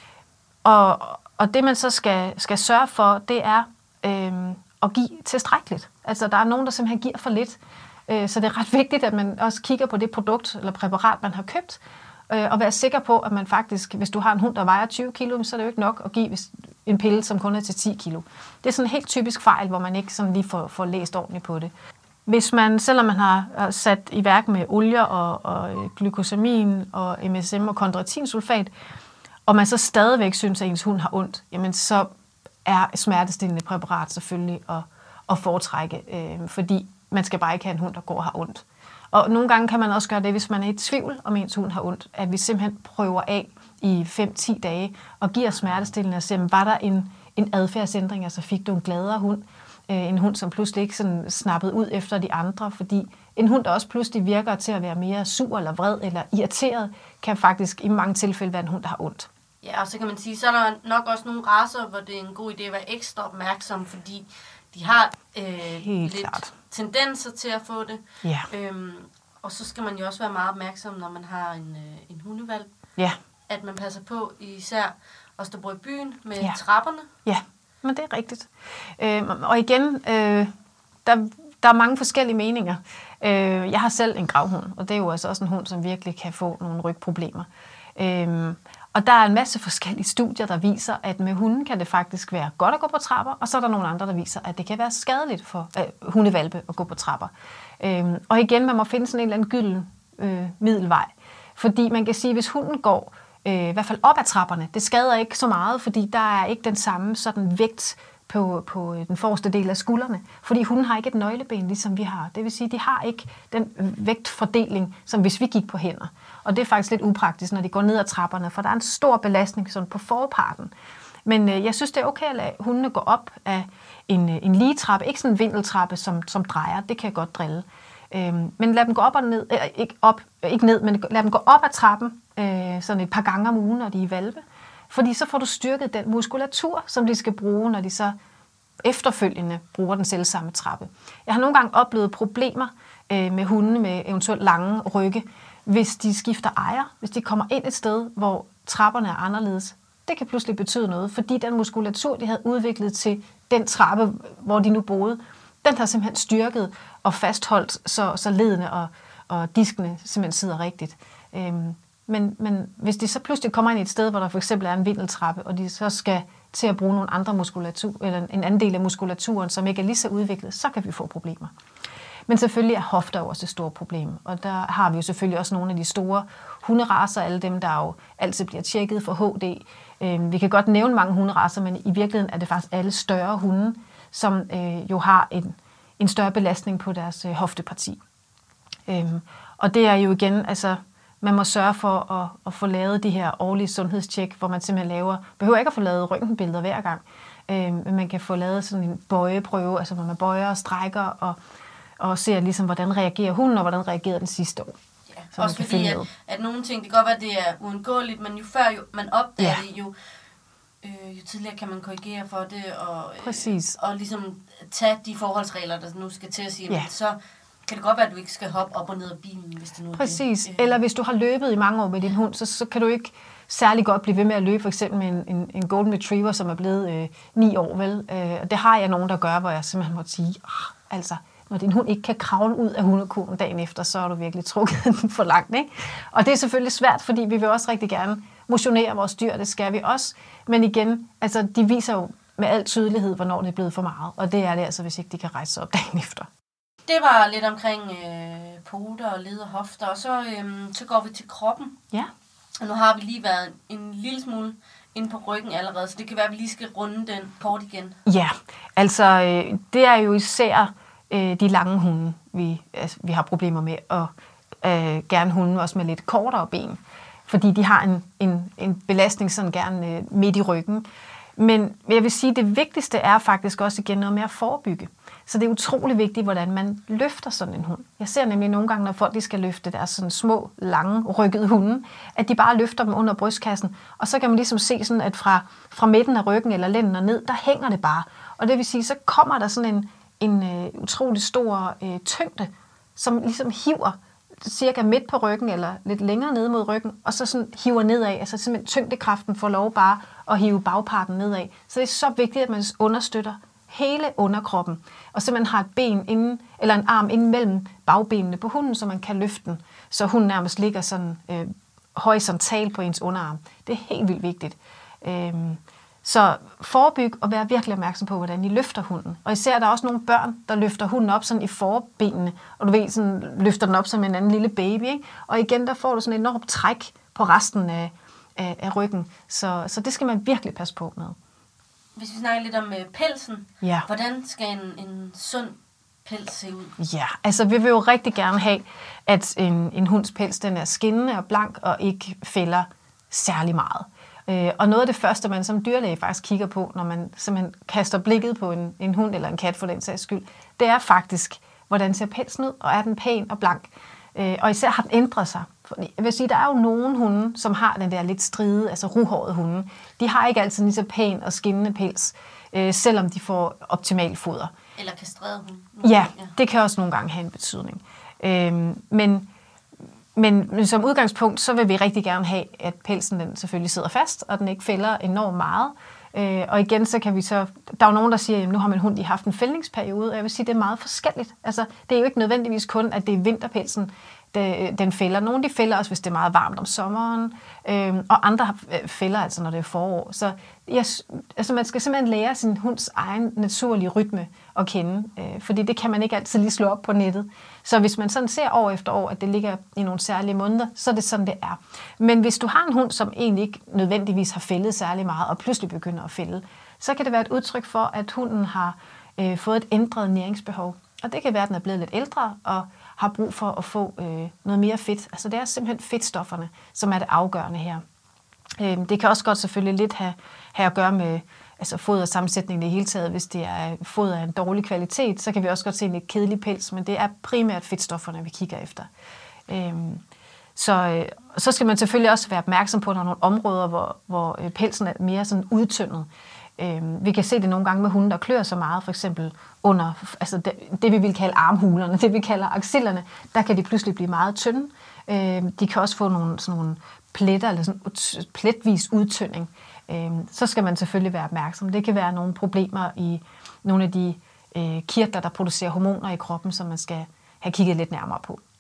og Og det, man så skal, skal sørge for, det er øh, at give tilstrækkeligt. Altså, der er nogen, der simpelthen giver for lidt. Øh, så det er ret vigtigt, at man også kigger på det produkt eller præparat, man har købt, øh, og være sikker på, at man faktisk, hvis du har en hund, der vejer tyve kilo, så er det jo ikke nok at give en pille, som kun er til ti kilo. Det er sådan en helt typisk fejl, hvor man ikke sådan lige får, får læst ordentligt på det. Hvis man, selvom man har sat i værk med olier og, og glykosamin og M S M og chondroitinsulfat, og man så stadigvæk synes, at ens hund har ondt, jamen så er smertestillende præparat selvfølgelig at, at foretrække, øh, fordi man skal bare ikke have en hund, der går og har ondt. Og nogle gange kan man også gøre det, hvis man er i tvivl, om ens hund har ondt, at vi simpelthen prøver af i fem til ti dage og giver smertestillende og siger, var der en, en adfærdsændring, altså fik du en gladere hund, øh, en hund, som pludselig ikke sådan snappede ud efter de andre, fordi en hund, der også pludselig virker til at være mere sur eller vred eller irriteret, kan faktisk i mange tilfælde være en hund, der har ondt. Ja, og så kan man sige, så er der nok også nogle racer, hvor det er en god idé at være ekstra opmærksom, fordi de har øh, lidt klart. tendenser til at få det. Ja. Øhm, og så skal man jo også være meget opmærksom, når man har en, øh, en hundevalg. Ja. At man passer på, især os, der bor i byen, med ja. trapperne. Ja, men det er rigtigt. Øh, og igen, øh, der, der er mange forskellige meninger. Øh, jeg har selv en gravhund, og det er jo altså også en hund, som virkelig kan få nogle rygproblemer. Øh, Og der er en masse forskellige studier, der viser, at med hunden kan det faktisk være godt at gå på trapper, og så er der nogle andre, der viser, at det kan være skadeligt for øh, hundevalpe at gå på trapper. Øhm, og igen, man må finde sådan en eller anden gylden øh, middelvej. Fordi man kan sige, at hvis hunden går øh, i hvert fald op ad trapperne, det skader ikke så meget, fordi der er ikke den samme sådan vægt på, på den forreste del af skuldrene. Fordi hunden har ikke et nøgleben, ligesom vi har. Det vil sige, at de har ikke den vægtfordeling, som hvis vi gik på hænder. Og det er faktisk lidt upraktisk, når de går ned ad trapperne, for der er en stor belastning sådan på forparten. Men øh, jeg synes, det er okay at lade hundene gå op af en, en lige trappe. Ikke sådan en vindeltrappe, som, som drejer. Det kan jeg godt drille. Øhm, men lad dem gå op og ned. Øh, ikke, op, øh, ikke ned, men lad dem gå op ad trappen øh, sådan et par gange om ugen, når de er i valpe. Fordi så får du styrket den muskulatur, som de skal bruge, når de så efterfølgende bruger den selv samme trappe. Jeg har nogle gange oplevet problemer øh, med hunde med eventuelt lange rygge, hvis de skifter ejer, hvis de kommer ind et sted, hvor trapperne er anderledes. Det kan pludselig betyde noget, fordi den muskulatur, de havde udviklet til den trappe, hvor de nu boede, den har simpelthen styrket og fastholdt, så, så ledene og, og diskene simpelthen sidder rigtigt. Øhm, men, men hvis de så pludselig kommer ind i et sted, hvor der for eksempel er en vindeltrappe, og de så skal til at bruge nogle andre muskulatur, eller en anden del af muskulaturen, som ikke er lige så udviklet, så kan vi få problemer. Men selvfølgelig er hofter også et stort problem, og der har vi jo selvfølgelig også nogle af de store hunderacer, alle dem, der jo altid bliver tjekket for H D. Øh, vi kan godt nævne mange hunderacer, men i virkeligheden er det faktisk alle større hunde, som øh, jo har en, en større belastning på deres øh, hofteparti. Øh, og det er jo igen, altså man må sørge for at, at få lavet de her årlige sundhedstjek, hvor man simpelthen laver, behøver ikke at få lavet røntgenbilleder hver gang, øh, men man kan få lavet sådan en bøjeprøve, altså hvor man bøjer og strækker og, og ser ligesom, hvordan reagerer hunden, og hvordan reagerer den sidste år. Ja, også fordi, at, at nogle ting, det kan godt være, at det er uundgåeligt, men jo før jo, man opdager ja. det, jo, øh, jo tidligere kan man korrigere for det, og, øh, og ligesom tage de forholdsregler, der nu skal til at sige, ja. så kan det godt være, at du ikke skal hoppe op og ned af bilen, hvis det nu er Præcis. det. Eller hvis du har løbet i mange år med din hund, så, så kan du ikke særlig godt blive ved med at løbe, for eksempel med en, en, en golden retriever, som er blevet øh, ni år, vel? Øh, og det har jeg nogen, der gør, hvor jeg simpelthen må sige, ah, altså, når din hund ikke kan kravle ud af hundekurven dagen efter, så har du virkelig trukket den for langt, ikke? Og det er selvfølgelig svært, fordi vi vil også rigtig gerne motionere vores dyr, det skal vi også. Men igen, altså, de viser jo med al tydelighed, hvornår det er blevet for meget. Og det er det altså, hvis ikke de kan rejse sig op dagen efter. Det var lidt omkring øh, poter og led og hofter, og så, øh, så går vi til kroppen. Ja. Og nu har vi lige været en lille smule inde på ryggen allerede, så det kan være, at vi lige skal runde den kort igen. Ja, altså øh, det er jo især øh, de lange hunde, vi, altså, vi har problemer med, og øh, gerne hunde også med lidt kortere ben, fordi de har en, en, en belastning sådan gerne øh, midt i ryggen. Men jeg vil sige, at det vigtigste er faktisk også igen noget med at forebygge. Så det er utrolig vigtigt, hvordan man løfter sådan en hund. Jeg ser nemlig nogle gange, når folk de skal løfte deres sådan små, lange, rykkede hunde, at de bare løfter dem under brystkassen. Og så kan man ligesom se, sådan, at fra, fra midten af ryggen eller lænden og ned, der hænger det bare. Og det vil sige, så kommer der sådan en, en uh, utrolig stor uh, tyngde, som ligesom hiver cirka midt på ryggen eller lidt længere ned mod ryggen, og så sådan hiver nedad. Altså simpelthen tyngdekraften får lov bare at hive bagparten nedad. Så det er så vigtigt, at man understøtter hele underkroppen, og simpelthen har et ben inden, eller en arm inden mellem bagbenene på hunden, så man kan løfte den, så hunden nærmest ligger sådan øh, horisontalt på ens underarm. Det er helt vildt vigtigt. Øhm, så forebyg og vær virkelig opmærksom på, hvordan I løfter hunden. Og især er der også nogle børn, der løfter hunden op sådan i forbenene, og du ved, sådan løfter den op som en anden lille baby, ikke? Og igen, der får du sådan et enormt træk på resten af, af, af ryggen. Så, så det skal man virkelig passe på med. Hvis vi snakker lidt om øh, pelsen, ja. hvordan skal en, en sund pels se ud? Ja, altså vi vil jo rigtig gerne have, at en, en hunds pels den er skinnende og blank og ikke fælder særlig meget. Øh, og noget af det første, man som dyrlæge faktisk kigger på, når man simpelthen kaster blikket på en, en hund eller en kat for den sags skyld, det er faktisk, hvordan ser pelsen ud, og er den pæn og blank? Øh, og især har den ændret sig. Jeg vil sige, der er jo nogle hunde, som har den der lidt stride, altså ruhårede hunde. De har ikke altid lige så pæn og skinnende pels, øh, selvom de får optimal foder. Eller kastreret hunde. Ja, det kan også nogle gange have en betydning. Øh, men, men, men som udgangspunkt, så vil vi rigtig gerne have, at pelsen den selvfølgelig sidder fast, og den ikke fælder enormt meget. Øh, og igen, så kan vi så... Der er jo nogen, der siger, at nu har min hund lige haft en fældningsperiode, og jeg vil sige, at det er meget forskelligt. Altså, det er jo ikke nødvendigvis kun, at det er vinterpelsen, den fælder. Nogle de fælder også, hvis det er meget varmt om sommeren, øh, og andre fælder altså, når det er forår. Så jeg, altså, man skal simpelthen lære sin hunds egen naturlige rytme at kende, øh, fordi det kan man ikke altid lige slå op på nettet. Så hvis man sådan ser år efter år, at det ligger i nogle særlige måneder, så er det sådan, det er. Men hvis du har en hund, som egentlig ikke nødvendigvis har fældet særlig meget, og pludselig begynder at fælde, så kan det være et udtryk for, at hunden har øh, fået et ændret næringsbehov. Og det kan være, at den er blevet lidt ældre, og har brug for at få øh, noget mere fedt. Altså det er simpelthen fedtstofferne, som er det afgørende her. Øh, det kan også godt selvfølgelig lidt have, have at gøre med altså fodersammensætningen i det hele taget. Hvis det er foder af en dårlig kvalitet, så kan vi også godt se en lidt kedelig pels, men det er primært fedtstofferne, vi kigger efter. Øh, så, øh, så skal man selvfølgelig også være opmærksom på, at der er nogle områder, hvor, hvor øh, pelsen er mere sådan udtyndet. Øh, vi kan se det nogle gange med hunde, der klør så meget, for eksempel under altså det, det, vi vil kalde armhulerne, det vi kalder axillerne, der kan de pludselig blive meget tynde. Øh, de kan også få nogle, sådan nogle pletter, eller sådan pletvis udtynding. Øh, så skal man selvfølgelig være opmærksom. Det kan være nogle problemer i nogle af de øh, kirtler, der producerer hormoner i kroppen, som man skal have kigget lidt nærmere på.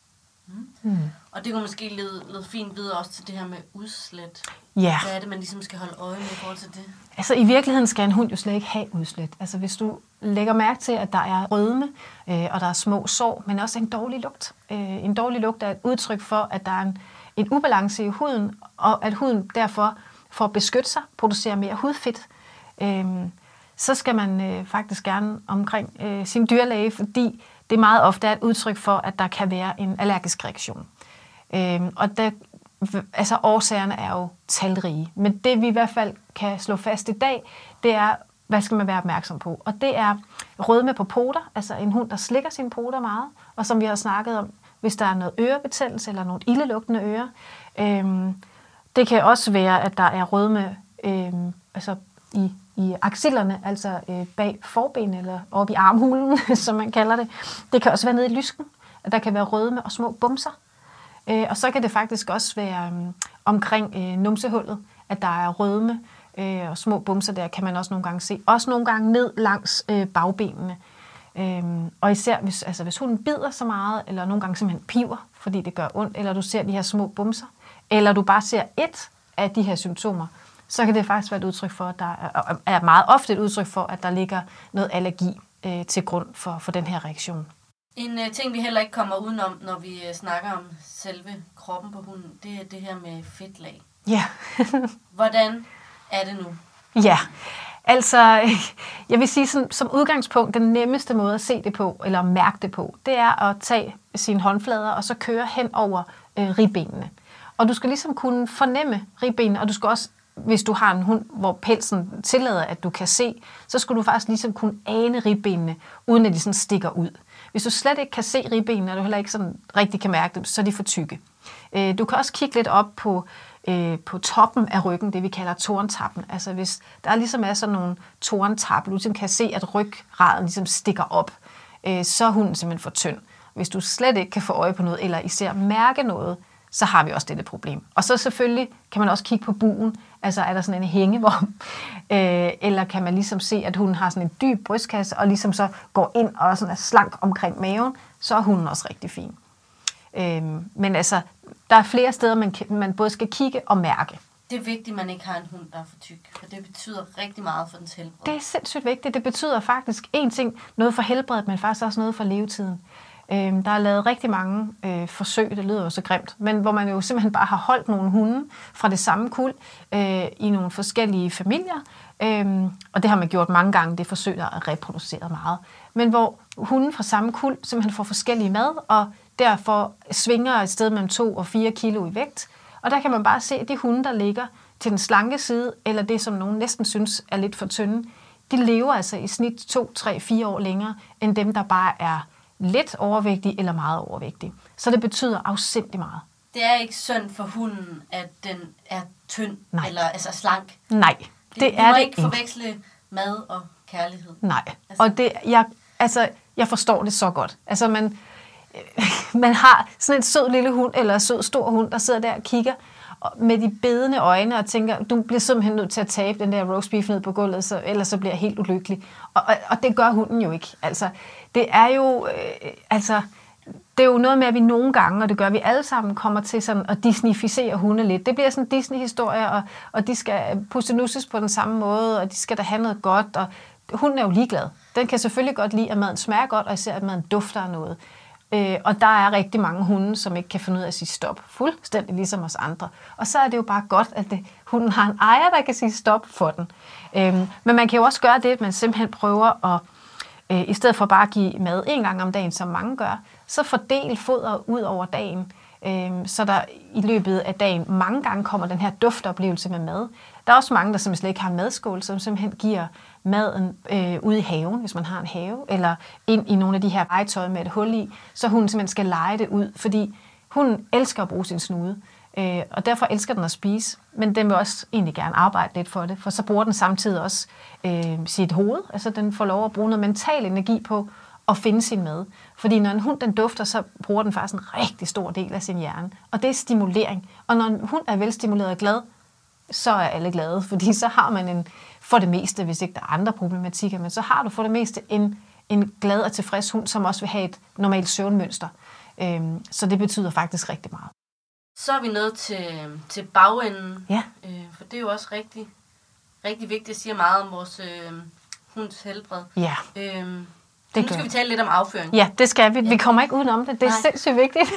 Mm. Mm. Og det kunne måske lede, lede fint videre også til det her med udslæt. Ja. Hvad er det, man ligesom skal holde øje med i forhold til det? Altså i virkeligheden skal en hund jo slet ikke have udslæt. Altså hvis du lægger mærke til, at der er rødme, øh, og der er små sår, men også en dårlig lugt. Øh, en dårlig lugt er et udtryk for, at der er en, en ubalance i huden, og at huden derfor for at beskytte sig, producerer mere hudfedt. Øh, så skal man øh, faktisk gerne omkring øh, sin dyrlæge, fordi det meget ofte er et udtryk for, at der kan være en allergisk reaktion. Øh, og der, altså årsagerne er jo talrige. Men det vi i hvert fald kan slå fast i dag, det er, hvad skal man være opmærksom på? Og det er rødme på poter, altså en hund, der slikker sine poter meget, og som vi har snakket om, hvis der er noget ørebetændelse eller nogle ildelugtende ører. Øh, det kan også være, at der er rødme øh, altså i i axillerne, altså øh, bag forben eller oppe i armhulen, som man kalder det. Det kan også være nede i lysken, at der kan være rødme og små bumser. Øh, og så kan det faktisk også være øh, omkring øh, numsehullet, at der er rødme øh, og små bumser der, kan man også nogle gange se. Også nogle gange ned langs øh, bagbenene. Øh, og især hvis, altså, hvis hunden bider så meget, eller nogle gange simpelthen piver, fordi det gør ondt, eller du ser de her små bumser, eller du bare ser et af de her symptomer, så kan det faktisk være et udtryk for, at der er, er meget ofte et udtryk for, at der ligger noget allergi øh, til grund for, for den her reaktion. En øh, ting, vi heller ikke kommer udenom, når vi øh, snakker om selve kroppen på hunden, det er det her med fedtlag. Ja. Hvordan er det nu? Ja, altså, jeg vil sige, som, som udgangspunkt, den nemmeste måde at se det på, eller mærke det på, det er at tage sine håndflader, og så køre hen over øh, ribbenene. Og du skal ligesom kunne fornemme ribbenene, og du skal også, hvis du har en hund, hvor pelsen tillader, at du kan se, så skulle du faktisk ligesom kunne ane ribbenene, uden at de sådan stikker ud. Hvis du slet ikke kan se ribbenene, og du heller ikke sådan rigtig kan mærke dem, så er de for tykke. Du kan også kigge lidt op på, på toppen af ryggen, det vi kalder torntappen. Altså hvis der ligesom er sådan nogle torntapper, du ligesom kan se, at ryggraden ligesom stikker op, så er hunden simpelthen for tynd. Hvis du slet ikke kan få øje på noget, eller især mærke noget, så har vi også dette problem. Og så selvfølgelig kan man også kigge på bugen, altså er der sådan en hængevorm, øh, eller kan man ligesom se, at hunden har sådan en dyb brystkasse, og ligesom så går ind og sådan er slank omkring maven, så er hunden også rigtig fin. Øh, men altså, der er flere steder, man, man både skal kigge og mærke. Det er vigtigt, at man ikke har en hund, der er for tyk, for det betyder rigtig meget for dens helbred. Det er sindssygt vigtigt. Det betyder faktisk en ting, noget for helbredet, men faktisk også noget for levetiden. Øh, der er lavet rigtig mange øh, forsøg, det lyder jo så grimt, men hvor man jo simpelthen bare har holdt nogle hunde fra det samme kuld øh, i nogle forskellige familier, øh, og det har man gjort mange gange, det forsøg, der er reproduceret meget, men hvor hunden fra samme kuld simpelthen får forskellige mad, og derfor svinger et sted mellem to og fire kilo i vægt, og der kan man bare se, at de hunde, der ligger til den slanke side, eller det, som nogen næsten synes er lidt for tynde, de lever altså i snit to, tre, fire år længere, end dem, der bare er lidt overvægtig eller meget overvægtig. Så det betyder afsindig meget. Det er ikke synd for hunden, at den er tynd, Nej. Eller altså slank. Nej, det, det er det ikke. Du må ikke forveksle mad og kærlighed. Nej, altså. Og det, jeg, altså, jeg forstår det så godt. Altså, man, man har sådan en sød lille hund, eller en sød stor hund, der sidder der og kigger med de bedende øjne og tænker, du bliver simpelthen nødt til at tabe den der roast beef ned på gulvet, så, ellers så bliver jeg helt ulykkelig. Og, og, og det gør hunden jo ikke. Altså, det er jo, øh, altså, det er jo noget med, at vi nogle gange, og det gør vi alle sammen, kommer til sådan at disneyficere hunde lidt. Det bliver sådan en Disney-historie, og, og de skal pussenusses på den samme måde, og de skal da have noget godt, og hunden er jo ligeglad. Den kan selvfølgelig godt lide, at maden smager godt, og især at maden dufter af noget. Øh, og der er rigtig mange hunde, som ikke kan finde ud af at sige stop. Fuldstændig ligesom os andre. Og så er det jo bare godt, at det, hunden har en ejer, der kan sige stop for den. Øh, men man kan jo også gøre det, at man simpelthen prøver at, øh, i stedet for bare at give mad en gang om dagen, som mange gør, så fordel foder ud over dagen. Øh, så der i løbet af dagen mange gange kommer den her duftoplevelse med mad. Der er også mange, der simpelthen slet ikke har en madskål, som simpelthen giver maden øh, ude i haven, hvis man har en have, eller ind i nogle af de her legetøj med et hul i, så hunden simpelthen skal lege det ud, fordi hunden elsker at bruge sin snude, øh, og derfor elsker den at spise, men den vil også egentlig gerne arbejde lidt for det, for så bruger den samtidig også øh, sit hoved, altså den får lov at bruge noget mental energi på at finde sin mad. Fordi når en hund den dufter, så bruger den faktisk en rigtig stor del af sin hjerne, og det er stimulering. Og når en hund er velstimuleret og glad, så er alle glade, fordi så har man en, for det meste, hvis ikke der er andre problematikker, men så har du for det meste en, en glad og tilfreds hund, som også vil have et normalt søvnmønster. Øhm, så det betyder faktisk rigtig meget. Så er vi nået til, til bagenden, Ja. øh, for det er jo også rigtig, rigtig vigtigt. Det siger meget om vores øh, hunds helbred. Ja. Øhm, Det nu skal vi tale lidt om afføring. Ja, det skal vi. Ja. Vi kommer ikke udenom det. Det er Nej. sindssygt vigtigt.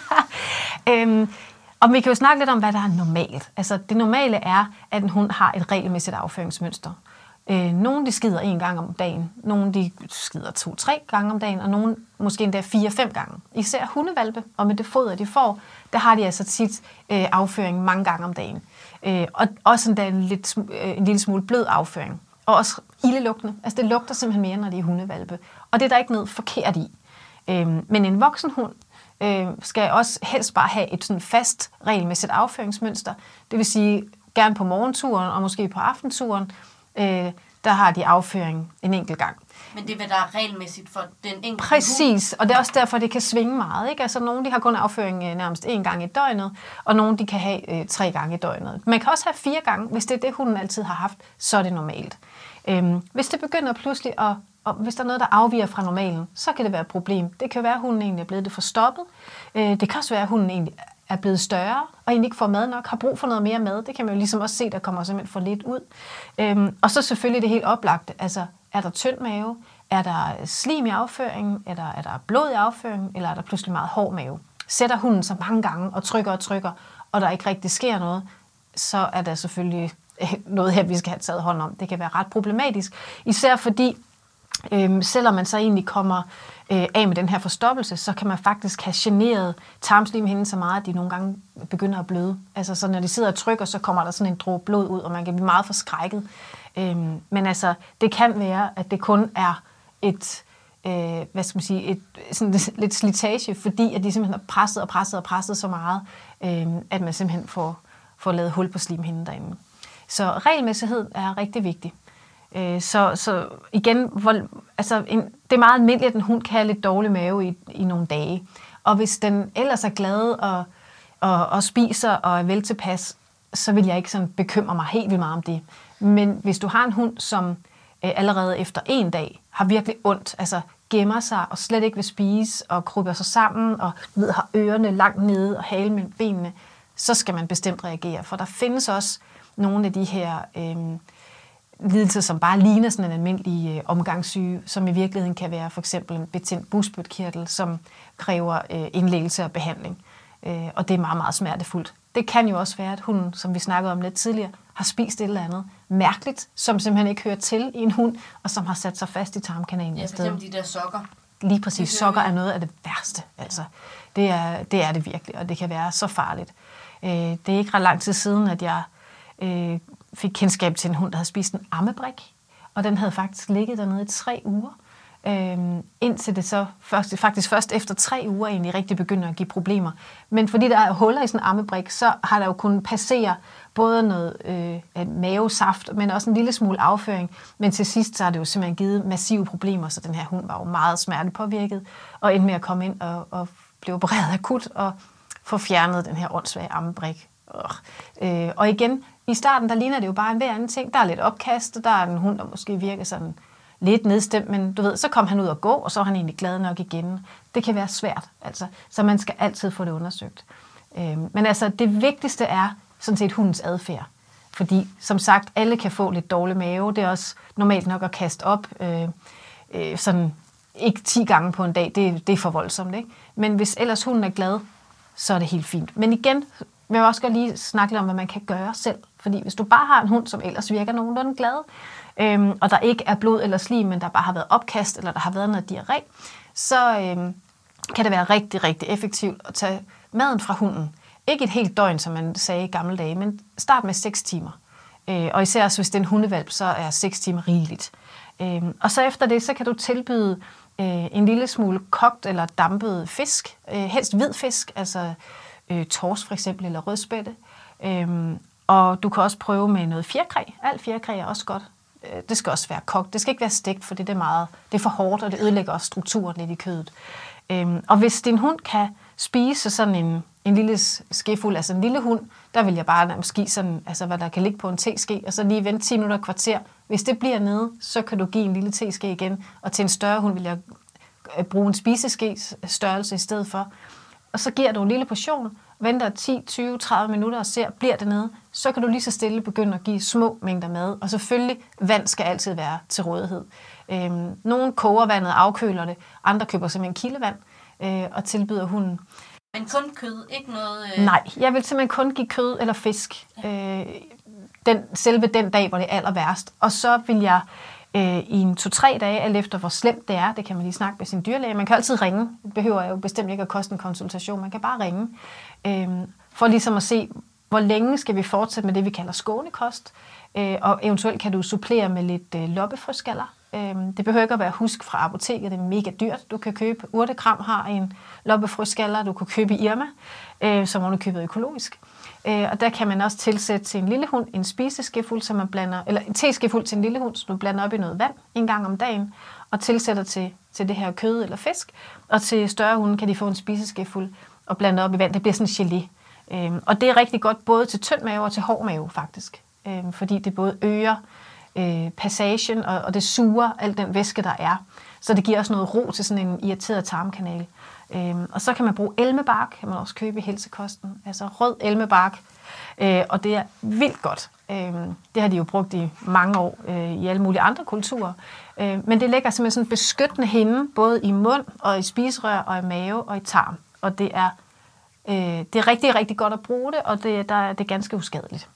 øhm, og vi kan jo snakke lidt om, hvad der er normalt. Altså, det normale er, at en hund har et regelmæssigt afføringsmønster. Øh, nogle de skider en gang om dagen, nogle de skider to-tre gange om dagen, og nogle måske endda fire-fem gange. Især hundevalpe, og med det foder, de får, der har de altså tit øh, afføring mange gange om dagen. Øh, og også endda en, lidt, øh, en lille smule blød afføring. Og også ildelugtende. Altså det lugter simpelthen mere, når de er hundevalpe. Og det er der ikke noget forkert i. Øhm, men en voksen hund øh, skal også helst bare have et sådan fast, regelmæssigt afføringsmønster. Det vil sige, gerne på morgenturen og måske på aftenturen, øh, der har de afføring en enkelt gang. Men det er, hvad der er regelmæssigt for den enkelte hund. Præcis, og det er også derfor, det kan svinge meget. Ikke? Altså, nogle de har kun afføring øh, nærmest én gang i døgnet, og nogle de kan have øh, tre gange i døgnet. Man kan også have fire gange, hvis det er det, hunden altid har haft, så er det normalt. Øhm, hvis det begynder pludselig at, og hvis der er noget, der afviger fra normalen, så kan det være et problem. Det kan være, at hunden egentlig er blevet det forstoppet. Øh, det kan også være, at hunden egentlig er blevet større, og egentlig ikke får mad nok, har brug for noget mere mad. Det kan man jo ligesom også se, der kommer simpelthen for lidt ud. Øhm, og så selvfølgelig det helt oplagte. Altså, er der tynd mave? Er der slim i afføringen? Er der, er der blod i afføringen? Eller er der pludselig meget hård mave? Sætter hunden så mange gange og trykker og trykker, og der ikke rigtig sker noget, så er der selvfølgelig noget her, vi skal have taget hånd om. Det kan være ret problematisk. Især fordi, øhm, selvom man så egentlig kommer øh, af med den her forstoppelse, så kan man faktisk have generet tarmslimhinden så meget, at de nogle gange begynder at bløde. Altså så når de sidder og trykker, så kommer der sådan en dråbe blod ud, og man kan blive meget forskrækket. Øhm, men altså, det kan være, at det kun er et, øh, hvad skal man sige, et sådan lidt slitage, fordi at de simpelthen har presset og presset og presset så meget, øh, at man simpelthen får, får lavet hul på slimhinden derinde. Så regelmæssighed er rigtig vigtig. Øh, så, så igen, hvor, altså en, det er meget almindeligt, at en hund kan have lidt dårlig mave i, i nogle dage. Og hvis den ellers er glad og, og, og spiser og er vel tilpas, så vil jeg ikke sådan bekymre mig helt vildt meget om det. Men hvis du har en hund, som øh, allerede efter en dag har virkelig ondt, altså gemmer sig og slet ikke vil spise og krybber sig sammen og ved, har ørerne langt nede og halen mellem benene, så skal man bestemt reagere. For der findes også nogle af de her øh, lidelser, som bare ligner sådan en almindelig øh, omgangssyge, som i virkeligheden kan være for eksempel en betændt bugspytkirtel, som kræver øh, indlæggelse og behandling. Øh, og det er meget, meget smertefuldt. Det kan jo også være, at hunden, som vi snakkede om lidt tidligere, har spist et eller andet mærkeligt, som simpelthen ikke hører til i en hund, og som har sat sig fast i tarmkanalen. Ja, for eksempel de der sokker. Lige præcis. Sokker er noget af det værste. Altså, det, er, det er det virkelig, og det kan være så farligt. Øh, det er ikke ret lang tid siden, at jeg øh, fik kendskab til en hund, der havde spist en ammebrik, og den havde faktisk ligget dernede i tre uger. Øhm, indtil det så først, faktisk først efter tre uger egentlig rigtig begynder at give problemer. Men fordi der er huller i sådan en ammebrik, så har der jo kunnet passere både noget øh, mavesaft, men også en lille smule afføring. Men til sidst så har det jo simpelthen givet massive problemer, så den her hund var jo meget smertepåvirket, og endte med at komme ind og, og blive opereret akut og få fjernet den her åndssvage ammebrik. Øh, og igen, i starten der ligner det jo bare en hver anden ting. Der er lidt opkast, og der er en hund, der måske virker sådan lidt nedstemt, men du ved, så kom han ud og gå, og så er han egentlig glad nok igen. Det kan være svært, altså, så man skal altid få det undersøgt. Øh, men altså, det vigtigste er sådan set hundens adfærd. Fordi, som sagt, alle kan få lidt dårlig mave. Det er også normalt nok at kaste op, øh, øh, sådan ikke ti gange på en dag, det, det er for voldsomt, ikke? Men hvis ellers hunden er glad, så er det helt fint. Men igen, vil jeg også godt lige snakke lidt om, hvad man kan gøre selv. Fordi hvis du bare har en hund, som ellers virker nogenlunde glad, øhm, og der ikke er blod eller slim, men der bare har været opkast, eller der har været noget diarré, så øhm, kan det være rigtig, rigtig effektivt at tage maden fra hunden. Ikke et helt døgn, som man sagde i gamle dage, men start med seks timer. Øh, og især hvis det er en hundevalp, så er seks timer rigeligt. Øh, og så efter det, så kan du tilbyde øh, en lille smule kogt eller dampet fisk, øh, helst hvid fisk, altså øh, torsk for eksempel, eller rødspætte. Øh, og du kan også prøve med noget fjerkræ. Alt fjerkræ er også godt. Øh, det skal også være kogt. Det skal ikke være stegt, for det er, meget, det er for hårdt, og det ødelægger også strukturen lidt i kødet. Øh, og hvis din hund kan spise sådan en, en lille skefuld, altså en lille hund, der vil jeg bare måske sådan, altså hvad der kan ligge på en teske, og så lige vente ti minutter kvarter. Hvis det bliver nede, så kan du give en lille teske igen, og til en større hund vil jeg bruge en spiseske størrelse i stedet for. Og så giver du en lille portion, venter ti, tyve, tredive minutter og ser, bliver det nede, så kan du lige så stille begynde at give små mængder mad. Og selvfølgelig, vand skal altid være til rådighed. Øhm, nogle koger vandet, afkøler det, andre køber simpelthen kildevand øh, og tilbyder hunden. Men kun kød, ikke noget... Øh... Nej, jeg vil simpelthen kun give kød eller fisk øh, den, selve den dag, hvor det er aller værst. Og så vil jeg øh, i en to-tre dage, alt efter hvor slemt det er, det kan man lige snakke med sin dyrlæge. Man kan altid ringe. Det behøver jo bestemt ikke at koste en konsultation. Man kan bare ringe. Øh, for ligesom at se, hvor længe skal vi fortsætte med det, vi kalder skånekost. Øh, og eventuelt kan du supplere med lidt øh, loppefrøskaller. Øh, det behøver ikke at være husk fra apoteket. Det er mega dyrt. Du kan købe urtekram har en loppefrøskaller. Du kan købe i Irma, øh, som er købet økologisk. Øh, og der kan man også tilsætte til en lille hund en spiseskefuld, som man blander, eller en teskefuld til en lille hund, som du blander op i noget vand en gang om dagen, og tilsætter til, til det her kød eller fisk. Og til større hunde kan de få en spiseskefuld og blande op i vand. Det bliver sådan en gelé. Øh, og det er rigtig godt både til tynd mave og til hård mave, faktisk. Øh, fordi det både øger øh, passagen, og, og det suger al den væske, der er. Så det giver også noget ro til sådan en irriteret tarmkanal. Øhm, og så kan man bruge elmebark, kan man også købe i helsekosten, altså rød elmebark, øh, og det er vildt godt. Øhm, det har de jo brugt i mange år øh, i alle mulige andre kulturer. Øh, men det lægger simpelthen sådan en beskyttende hinde, både i mund og i spiserør og i mave og i tarm. Og det er, øh, det er rigtig, rigtig godt at bruge det, og det, der, det er ganske uskadeligt.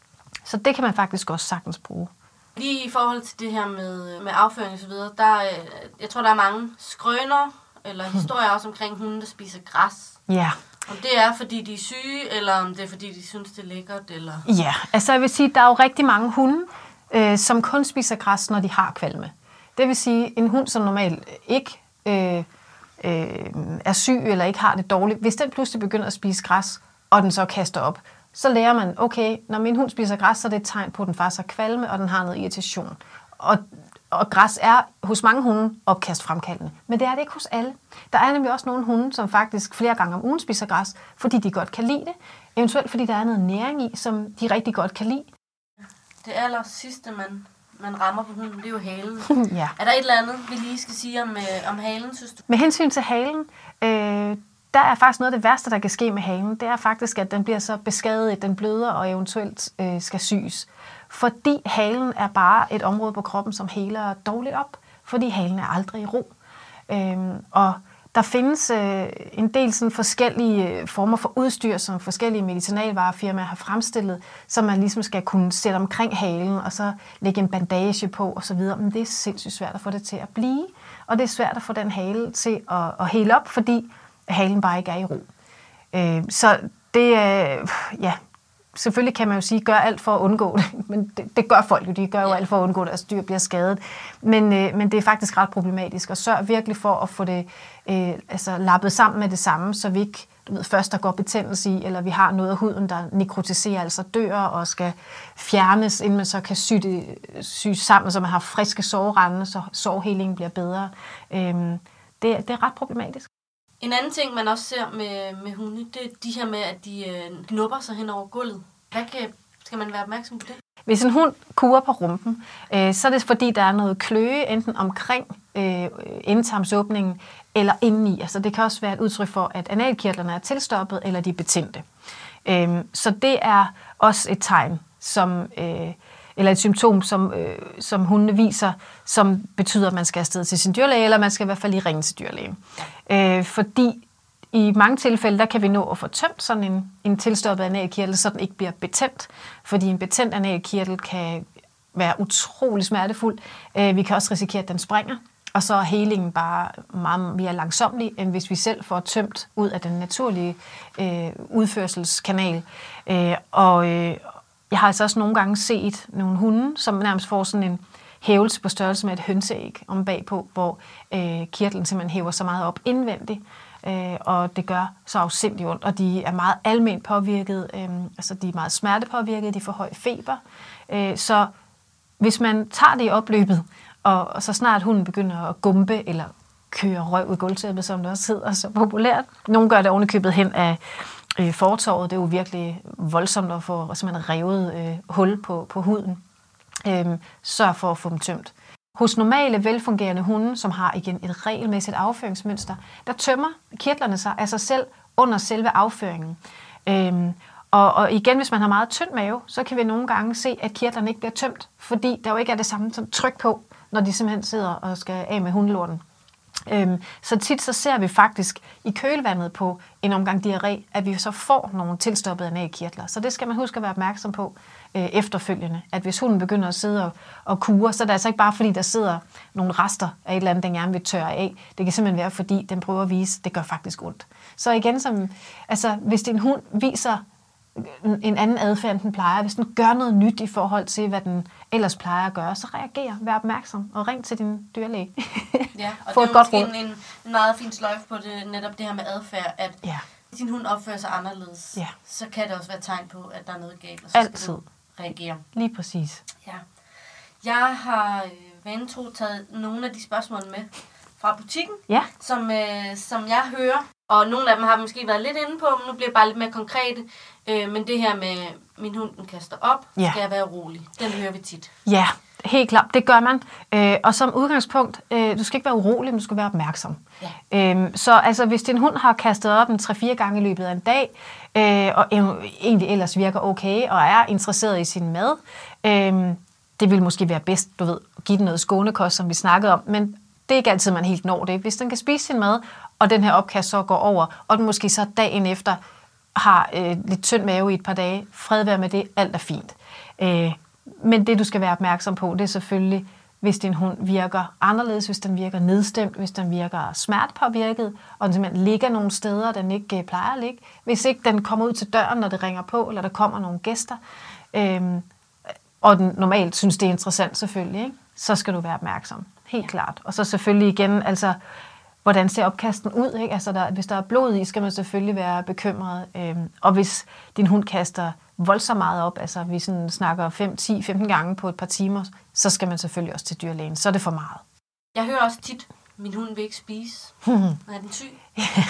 Så det kan man faktisk også sagtens bruge. Lige i forhold til det her med, med afføring og så videre, der, jeg tror, der er mange skrøner, eller historier også omkring hunde, der spiser græs. Ja. Om det er, fordi de er syge, eller om det er, fordi de synes, det er lækkert, eller... Ja, altså jeg vil sige, der er jo rigtig mange hunde, øh, som kun spiser græs, når de har kvalme. Det vil sige, en hund, som normalt ikke øh, øh, er syg, eller ikke har det dårligt, hvis den pludselig begynder at spise græs, og den så kaster op, så lærer man, okay, når min hund spiser græs, så er det et tegn på, at den faktisk har kvalme, og den har noget irritation. Og Og græs er hos mange hunde opkastfremkaldende, men det er det ikke hos alle. Der er nemlig også nogle hunde, som faktisk flere gange om ugen spiser græs, fordi de godt kan lide det. Eventuelt fordi der er noget næring i, som de rigtig godt kan lide. Det aller sidste, man, man rammer på hunden, det er jo halen. Ja. Er der et eller andet, vi lige skal sige om, øh, om halen, synes du? Med hensyn til halen, øh, der er faktisk noget af det værste, der kan ske med halen. Det er faktisk, at den bliver så beskadiget, at den bløder og eventuelt øh, skal syes. Fordi halen er bare et område på kroppen, som heler dårligt op. Fordi halen er aldrig i ro. Øhm, og der findes øh, en del sådan forskellige former for udstyr, som forskellige medicinalvarefirmaer har fremstillet, som man ligesom skal kunne sætte omkring halen, og så lægge en bandage på osv. Men det er sindssygt svært at få det til at blive. Og det er svært at få den hale til at, at hele op, fordi halen bare ikke er i ro. Øh, så det er... Øh, ja... Selvfølgelig kan man jo sige, gør alt for at undgå det, men det, det gør folk jo, de gør jo alt for at undgå det, at dyr bliver skadet. Men, øh, men det er faktisk ret problematisk, og sørg virkelig for at få det øh, altså, lappet sammen med det samme, så vi ikke du ved, først der går betændelse i, eller vi har noget af huden, der nekrotiserer, altså dør og skal fjernes, inden man så kan sy det sy sammen, så man har friske sårrande, så sårhelingen bliver bedre. Øh, det, det er ret problematisk. En anden ting, man også ser med, med hunde, det er de her med, at de øh, knupper sig hen over gulvet. Hvad kan, skal man være opmærksom på det? Hvis en hund kurer på rumpen, øh, så er det fordi, der er noget kløe, enten omkring øh, endetarmsåbningen eller indeni. Altså, det kan også være et udtryk for, at analkirtlerne er tilstoppet, eller de er betændte. Øh, så det er også et tegn, som... Øh, eller et symptom, som, øh, som hundene viser, som betyder, at man skal afsted til sin dyrlæge, eller man skal i hvert fald lige ringe til dyrlægen. Øh, fordi i mange tilfælde, der kan vi nå at få tømt sådan en, en tilstoppet analkirtel, så den ikke bliver betændt. Fordi en betændt analkirtel kan være utrolig smertefuld. Øh, vi kan også risikere, at den springer, og så er helingen bare meget mere langsomlig, end hvis vi selv får tømt ud af den naturlige øh, udførselskanal. Øh, og øh, Jeg har altså også nogle gange set nogle hunde, som nærmest får sådan en hævelse på størrelse med et hønseæg om bagpå, hvor øh, kirtlen simpelthen hæver så meget op indvendigt, øh, og det gør så afsindigt ondt, og de er meget alment påvirket, øh, altså de er meget smertepåvirket, de får høj feber. Øh, så hvis man tager det i opløbet, og, og så snart hunden begynder at gumpe eller køre røv i gulvtæppet, som det også hedder så populært, nogle gør det ovenikøbet hen af Øh, fortorvet, det er jo virkelig voldsomt at få simpelthen revet øh, hul på, på huden. Øh, sørg for at få dem tømt. hos normale, velfungerende hunde, som har igen et regelmæssigt afføringsmønster, der tømmer kirtlerne sig af sig selv under selve afføringen. Øhm, og, og igen, hvis man har meget tynd mave, så kan vi nogle gange se, at kirtlerne ikke bliver tømt, fordi der jo ikke er det samme som tryk på, når de simpelthen sidder og skal af med hundelorten. Øhm, så tit så ser vi faktisk i kølvandet på en omgang diarré, at vi så får nogle tilstoppede analkirtler. Så det skal man huske at være opmærksom på øh, efterfølgende, at hvis hunden begynder at sidde og, og kure, så er det altså ikke bare fordi, der sidder nogle rester af et eller andet, den gerne vil tørre af. Det kan simpelthen være, fordi den prøver at vise, at det gør faktisk ondt. Så igen, som, altså, hvis din hund viser en anden adfærd, end den plejer, hvis den gør noget nyt i forhold til, hvad den ellers plejer at gøre, så reager, vær opmærksom og ring til din dyrlæge. Ja, og få det et er godt måske råd. en, en meget fin sløjf på det, netop det her med adfærd, at Ja. hvis din hund opfører sig anderledes, Ja. så kan det også være tegn på, at der er noget galt, og så skal Altid. du reagere. Lige præcis. Ja. Jeg har øh, vantro taget nogle af de spørgsmål med fra butikken, Ja. som, øh, som jeg hører. Og nogle af dem har vi måske været lidt inde på, men nu bliver det bare lidt mere konkrete. Øh, men det her med, min hund den kaster op, Ja. skal jeg være rolig. Den hører vi tit. Ja, helt klart. Det gør man. Øh, og som udgangspunkt, øh, du skal ikke være urolig, men du skal være opmærksom. Ja. Øh, så altså, hvis din hund har kastet op en tre-fire gange i løbet af en dag, øh, og egentlig ellers virker okay, og er interesseret i sin mad, øh, det vil måske være bedst, du ved, at give den noget skånekost, som vi snakkede om, men det er ikke altid, man helt når det. Hvis den kan spise sin mad, og den her opkast så går over, og den måske så dagen efter har øh, lidt tynd mave i et par dage, fred være med det, alt er fint. Øh, men det, du skal være opmærksom på, det er selvfølgelig, hvis din hund virker anderledes, hvis den virker nedstemt, hvis den virker smertepåvirket, og den simpelthen ligger nogle steder, den ikke øh, plejer at ligge. Hvis ikke den kommer ud til døren, når det ringer på, eller der kommer nogle gæster, øh, og den normalt synes, det er interessant selvfølgelig, ikke? Så skal du være opmærksom. Helt ja. Klart. Og så selvfølgelig igen, altså, hvordan ser opkasten ud? Ikke? Altså, der, hvis der er blod i, skal man selvfølgelig være bekymret. Øhm, og hvis din hund kaster voldsomt meget op, altså vi sådan snakker fem, ti, femten gange på et par timer, så skal man selvfølgelig også til dyrlægen. Så er det for meget. Jeg hører også tit, min hund vil ikke spise. Er den syg?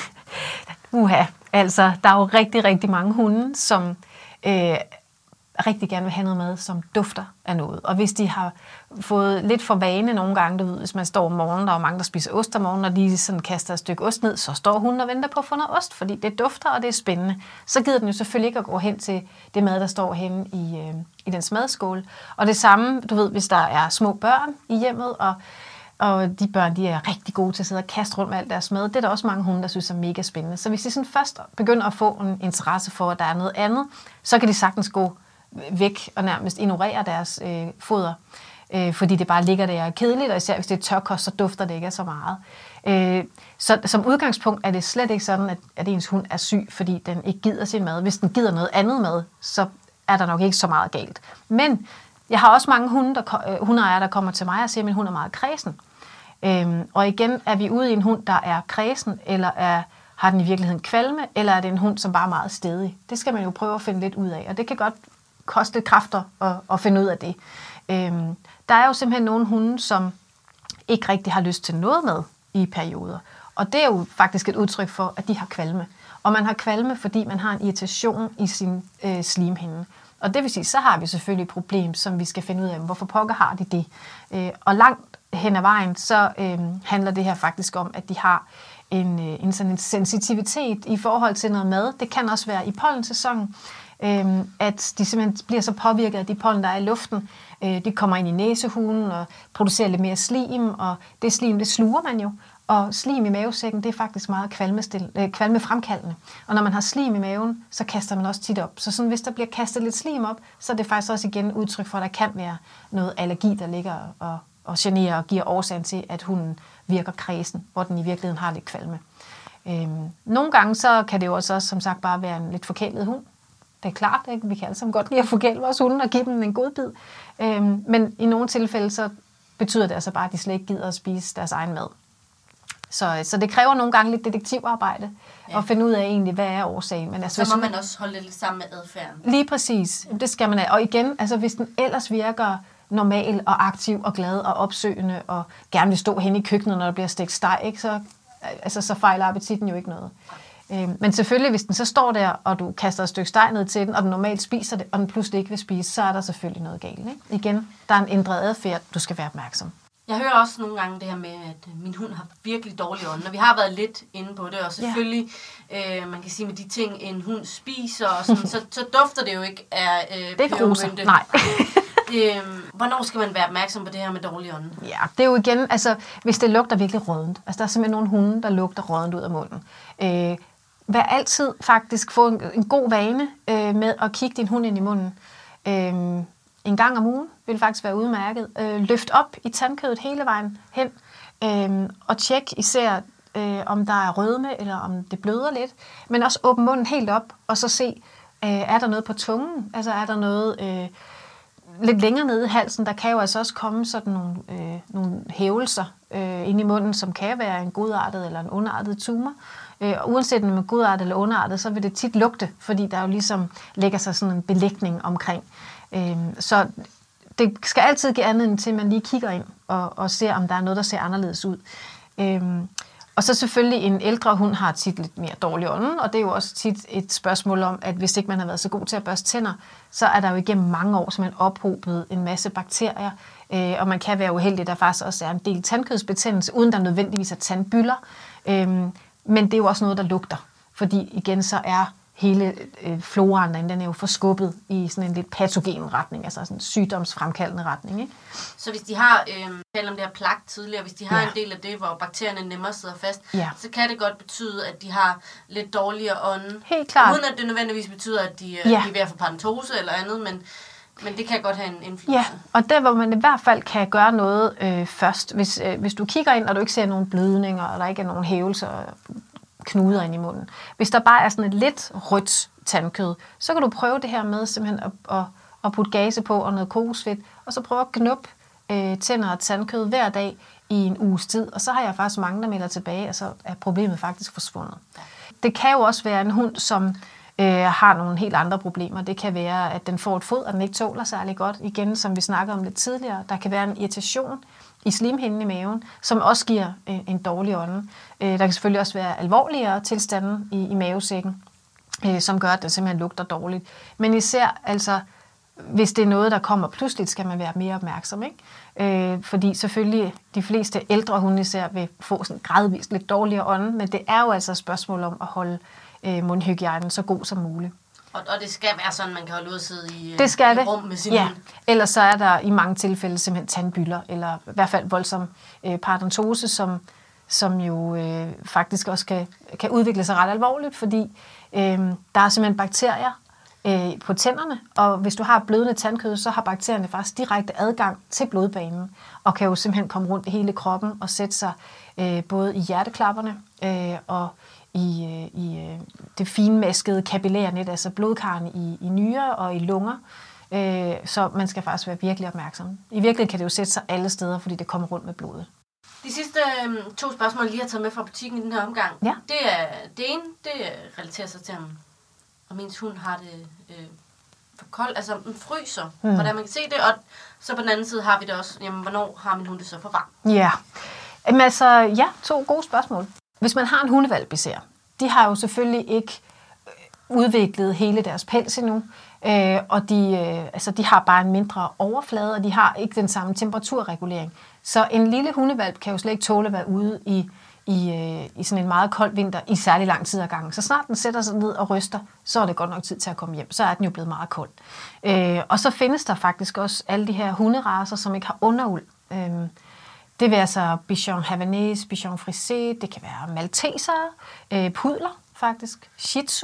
Uha, altså, der er jo rigtig, rigtig mange hunde, som øh, rigtig gerne vil have noget mad, som dufter af noget. Og hvis de har fået lidt for vane nogle gange, du ved, hvis man står om morgenen, der er jo mange, der spiser ost om morgenen, og de sådan kaster et stykke ost ned, så står hunden og venter på at få noget ost, fordi det dufter, og det er spændende. Så gider den jo selvfølgelig ikke at gå hen til det mad, der står henne i, øh, i dens madskål. Og det samme, du ved, hvis der er små børn i hjemmet, og Og de børn, de er rigtig gode til at sidde og kaste rundt med alt deres mad. Det er der også mange hunde, der synes er mega spændende. Så hvis de sådan først begynder at få en interesse for, at der er noget andet, så kan de sagtens gå væk og nærmest ignorere deres øh, foder. Øh, fordi det bare ligger der kedeligt, og især hvis det er tørkost, så dufter det ikke så meget. Øh, så som udgangspunkt er det slet ikke sådan, at, at ens hund er syg, fordi den ikke gider sin mad. Hvis den gider noget andet mad, så er der nok ikke så meget galt. Men jeg har også mange hunde, der, øh, hundeejere, der kommer til mig og siger, at min hund er meget kræsen. Øhm, og igen er vi ude i en hund, der er kræsen, eller er, har den i virkeligheden kvalme, eller er det en hund, som bare er meget stædig. Det skal man jo prøve at finde lidt ud af, og det kan godt koste lidt kræfter at, at finde ud af det. Øhm, der er jo simpelthen nogle hunde, som ikke rigtig har lyst til noget med i perioder. Og det er jo faktisk et udtryk for, at de har kvalme. Og man har kvalme, fordi man har en irritation i sin øh, slimhinde. Og det vil sige, så har vi selvfølgelig et problem, som vi skal finde ud af, hvorfor pokker har de det. Øh, og langt hen ad vejen, så øh, handler det her faktisk om, at de har en, øh, en sådan en sensitivitet i forhold til noget mad. Det kan også være i pollensæsonen, øh, at de simpelthen bliver så påvirket af de pollen, der er i luften. Øh, de kommer ind i næsehulen og producerer lidt mere slim, og det slim, det sluger man jo. Og slim i mavesækken, det er faktisk meget øh, kvalmefremkaldende. Og når man har slim i maven, så kaster man også tit op. Så sådan, hvis der bliver kastet lidt slim op, så er det faktisk også igen udtryk for, at der kan være noget allergi, der ligger og, og generer og giver årsagen til, at hunden virker kræsen, hvor den i virkeligheden har lidt kvalme. Øhm, nogle gange så kan det jo også, som sagt, bare være en lidt forkælet hund. Det er klart, ikke? Vi kan alle sammen godt lide at forkæle vores hunde og give dem en god bid. Øhm, men i nogle tilfælde, så betyder det altså bare, at de slet ikke gider at spise deres egen mad. Så, så det kræver nogle gange lidt detektivarbejde, ja. At finde ud af egentlig, hvad er årsagen. Men altså, så må man også holde det lidt sammen med adfærden. Lige præcis. Ja. Det skal man have. Og igen, altså, hvis den ellers virker normal og aktiv og glad og opsøgende og gerne vil stå hen i køkkenet, når der bliver stegt steg, ikke, så, altså, så fejler appetitten jo ikke noget. Øhm, men selvfølgelig, hvis den så står der, og du kaster et stykke steg ned til den, og den normalt spiser det, og den pludselig ikke vil spise, så er der selvfølgelig noget galt. Ikke? Igen, der er en ændret adfærd, du skal være opmærksom. Jeg hører også nogle gange det her med, at min hund har virkelig dårlig ånde, og vi har været lidt inde på det, og selvfølgelig, ja. øh, man kan sige med de ting, en hund spiser, og sådan, så, så dufter det jo ikke af øh, det er ikke roser, nej. øh, hvornår skal man være opmærksom på det her med dårlig ånde? Ja, det er jo igen, altså hvis det lugter virkelig rådent, altså der er simpelthen nogle hunde, der lugter rådent ud af munden. Øh, vær altid faktisk, få en, en god vane øh, med at kigge din hund ind i munden. Øh, En gang om ugen vil faktisk være udmærket. Øh, løft op i tandkødet hele vejen hen, øh, og tjek især, øh, om der er rødme, eller om det bløder lidt. Men også åbne munden helt op, og så se, øh, er der noget på tungen? Altså er der noget øh, lidt længere nede i halsen? Der kan jo altså også komme sådan nogle, øh, nogle hævelser øh, ind i munden, som kan være en godartet eller en ondartet tumor. Øh, og uanset om det er godartet eller ondartet, så vil det tit lugte, fordi der jo ligesom lægger sig sådan en belægning omkring. Øhm, så det skal altid give anledning til, at man lige kigger ind og, og ser, om der er noget, der ser anderledes ud. Øhm, og så selvfølgelig en ældre hund har tit lidt mere dårlig ånde, og det er jo også tit et spørgsmål om, at hvis ikke man har været så god til at børste tænder, så er der jo igennem mange år simpelthen ophobet en masse bakterier, øh, og man kan være uheldig, at der faktisk også er en del tandkødsbetændelse, uden der nødvendigvis er tandbyller. Øhm, men det er jo også noget, der lugter, fordi igen så er hele øh, floraen derinde, den er jo forskubbet i sådan en lidt patogen retning, altså sådan en sygdomsfremkaldende retning, ikke? Så hvis de har, øh, talt om det her plak tidligere, hvis de har ja. en del af det, hvor bakterierne nemmere sidder fast, ja. så kan det godt betyde, at de har lidt dårligere ånde. Helt klart. Uden at det nødvendigvis betyder, at de, øh, ja. de er ved at få paradentose eller andet, men, men det kan godt have en indflydelse. Ja, og der hvor man i hvert fald kan gøre noget øh, først, hvis, øh, hvis du kigger ind, og du ikke ser nogen blødninger, og der ikke er nogen hævelser, knuder ind i munden. Hvis der bare er sådan et lidt rødt tandkød, så kan du prøve det her med simpelthen at, at, at putte gase på og noget kokosfedt, og så prøve at knuppe øh, tænder og tandkød hver dag i en uges tid, og så har jeg faktisk mange, der melder tilbage, og så er problemet faktisk forsvundet. Det kan jo også være en hund, som øh, har nogle helt andre problemer. Det kan være, at den får et fod, og den ikke tåler særlig godt. Igen, som vi snakkede om lidt tidligere, der kan være en irritation i slimhinden i maven, som også giver en, en dårlig ånde. Øh, der kan selvfølgelig også være alvorligere tilstande i, i mavesækken, øh, som gør, at det simpelthen lugter dårligt. Men især, altså, hvis det er noget, der kommer pludseligt, skal man være mere opmærksom, ikke? Øh, fordi selvfølgelig de fleste ældre hunde især vil få sådan gradvist lidt dårligere ånde, men det er jo altså et spørgsmål om at holde øh, mundhygiejnen så god som muligt. Og, og det skal være sådan, man kan holde ud at sidde i, det skal i det. rum med sin ja. hund. Ellers så er der i mange tilfælde simpelthen tandbyller, eller i hvert fald voldsom øh, paradentose, som, som jo øh, faktisk også kan, kan udvikle sig ret alvorligt, fordi øh, der er simpelthen bakterier øh, på tænderne, og hvis du har blødende tandkød, så har bakterierne faktisk direkte adgang til blodbanen, og kan jo simpelthen komme rundt i hele kroppen og sætte sig øh, både i hjerteklapperne øh, og i, øh, i øh, det finmaskede kapillærnet, altså blodkarrene i, i nyrer og i lunger. Øh, så man skal faktisk være virkelig opmærksom. I virkeligheden kan det jo sætte sig alle steder, fordi det kommer rundt med blodet. De sidste øh, to spørgsmål, jeg lige har taget med fra butikken i den her omgang, ja. det er det ene, det relaterer sig til, om, om ens hund har det øh, for koldt, altså om den fryser, hmm. hvordan man kan se det, og så på den anden side har vi det også, jamen hvornår har min hund det så for varmt? Ja, Jamen, altså, ja, to gode spørgsmål. Hvis man har en hundehvalp især, de har jo selvfølgelig ikke udviklet hele deres pels endnu, øh, og de, øh, altså, de har bare en mindre overflade, og de har ikke den samme temperaturregulering. Så en lille hundehvalp kan jo slet ikke tåle at være ude i, i, øh, i sådan en meget kold vinter i særlig lang tid ad gangen. Så snart den sætter sig ned og ryster, så er det godt nok tid til at komme hjem. Så er den jo blevet meget kold. Øh, og så findes der faktisk også alle de her hunderacer, som ikke har underuld. Øh, Det vil altså Bichon Havanese, Bichon Frisé, det kan være Malteser, øh, pudler faktisk, Shih Tzu,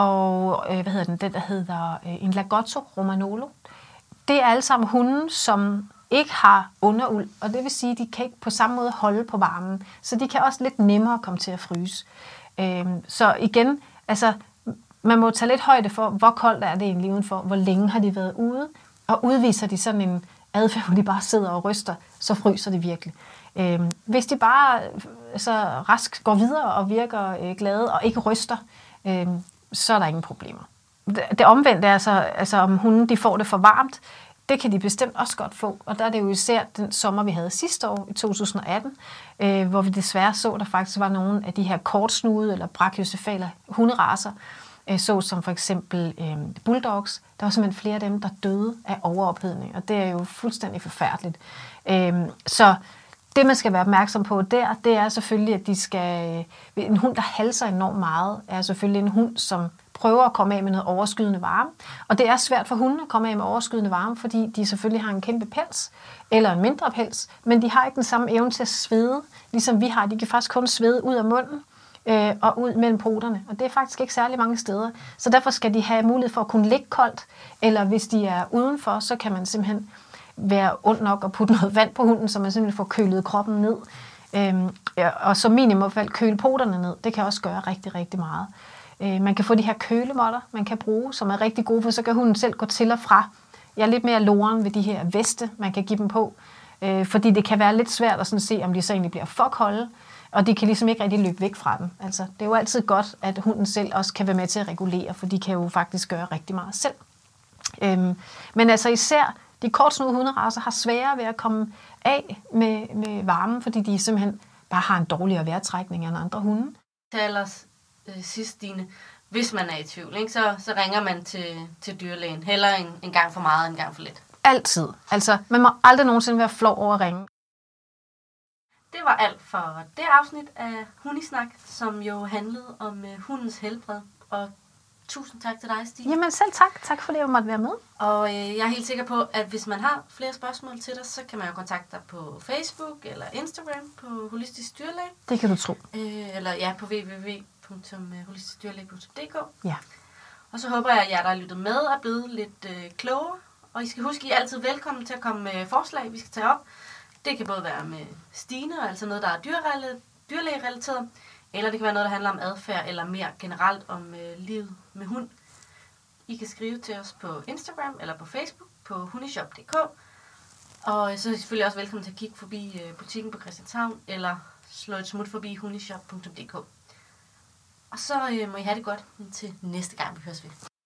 og øh, hvad hedder den, den der hedder øh, en Lagotto Romagnolo. Det er alle sammen hunde, som ikke har underuld, og det vil sige, at de kan ikke på samme måde holde på varmen, så de kan også lidt nemmere komme til at fryse. Øh, så igen, altså, man må tage lidt højde for, hvor koldt er det egentlig udenfor, hvor længe har de været ude, og udviser de sådan en adfærd, hvor de bare sidder og ryster, så fryser de virkelig. Øh, hvis de bare altså, rask går videre og virker øh, glade og ikke ryster, øh, så er der ingen problemer. Det, det omvendte er altså, altså, om hunden de får det for varmt, det kan de bestemt også godt få. Og der er det jo især den sommer, vi havde sidste år, i to tusind atten, øh, hvor vi desværre så, at der faktisk var nogle af de her kortsnudede eller brachiocefale hunderacer, så som for eksempel øh, bulldogs. Der var simpelthen flere af dem, der døde af overophedning, og det er jo fuldstændig forfærdeligt. Øh, så det, man skal være opmærksom på der, det er selvfølgelig, at de skal... En hund, der halser enormt meget, er selvfølgelig en hund, som prøver at komme af med noget overskydende varme. Og det er svært for hunden at komme af med overskydende varme, fordi de selvfølgelig har en kæmpe pels, eller en mindre pels, men de har ikke den samme evne til at svede, ligesom vi har. De kan faktisk kun svede ud af munden øh, og ud mellem poterne, og det er faktisk ikke særlig mange steder. Så derfor skal de have mulighed for at kunne ligge koldt, eller hvis de er udenfor, så kan man simpelthen være ond nok og putte noget vand på hunden, så man simpelthen får kølet kroppen ned. Øhm, og så minimum i hvert fald køle poterne ned. Det kan også gøre rigtig, rigtig meget. Øh, man kan få de her kølemåtter, man kan bruge, som er rigtig gode, for så kan hunden selv gå til og fra. Jeg er lidt mere loren ved de her veste, man kan give dem på, øh, fordi det kan være lidt svært at sådan se, om de så egentlig bliver for kolde, og de kan ligesom ikke rigtig løbe væk fra dem. Altså, det er jo altid godt, at hunden selv også kan være med til at regulere, for de kan jo faktisk gøre rigtig meget selv. Øhm, men altså især de kortsnudede hunderacer har sværere ved at komme af med, med varmen, fordi de simpelthen bare har en dårligere vejrtrækning end andre hunde. Til allers øh, sidst, Stine, hvis man er i tvivl, ikke, så, så ringer man til, til dyrlægen. Hellere en, en gang for meget, en gang for lidt. Altid. Altså, man må aldrig nogensinde være flov over at ringe. Det var alt for det afsnit af Hundisnak, som jo handlede om øh, hundens helbred. Og tusind tak til dig, Stine. Jamen selv tak. Tak for det, jeg måtte være med. Og øh, jeg er helt sikker på, at hvis man har flere spørgsmål til dig, så kan man jo kontakte dig på Facebook eller Instagram på Holistisk Dyrlæge. Det kan du tro. Øh, eller ja, på w w w punktum holistisk dyrlæge punktum d k. Ja. Og så håber jeg, at jer, der har lyttet med, er blevet lidt øh, klogere. Og I skal huske, at I er altid velkommen til at komme med forslag, vi skal tage op. Det kan både være med Stine, altså noget, der er dyrlægerelateret, eller det kan være noget, der handler om adfærd, eller mere generelt om øh, livet med hund. I kan skrive til os på Instagram eller på Facebook på hundishop punktum d k. Og så er I selvfølgelig også velkommen til at kigge forbi øh, butikken på Christianshavn, eller slå et smut forbi hundishop punktum d k. Og så øh, må I have det godt til næste gang, vi høres ved.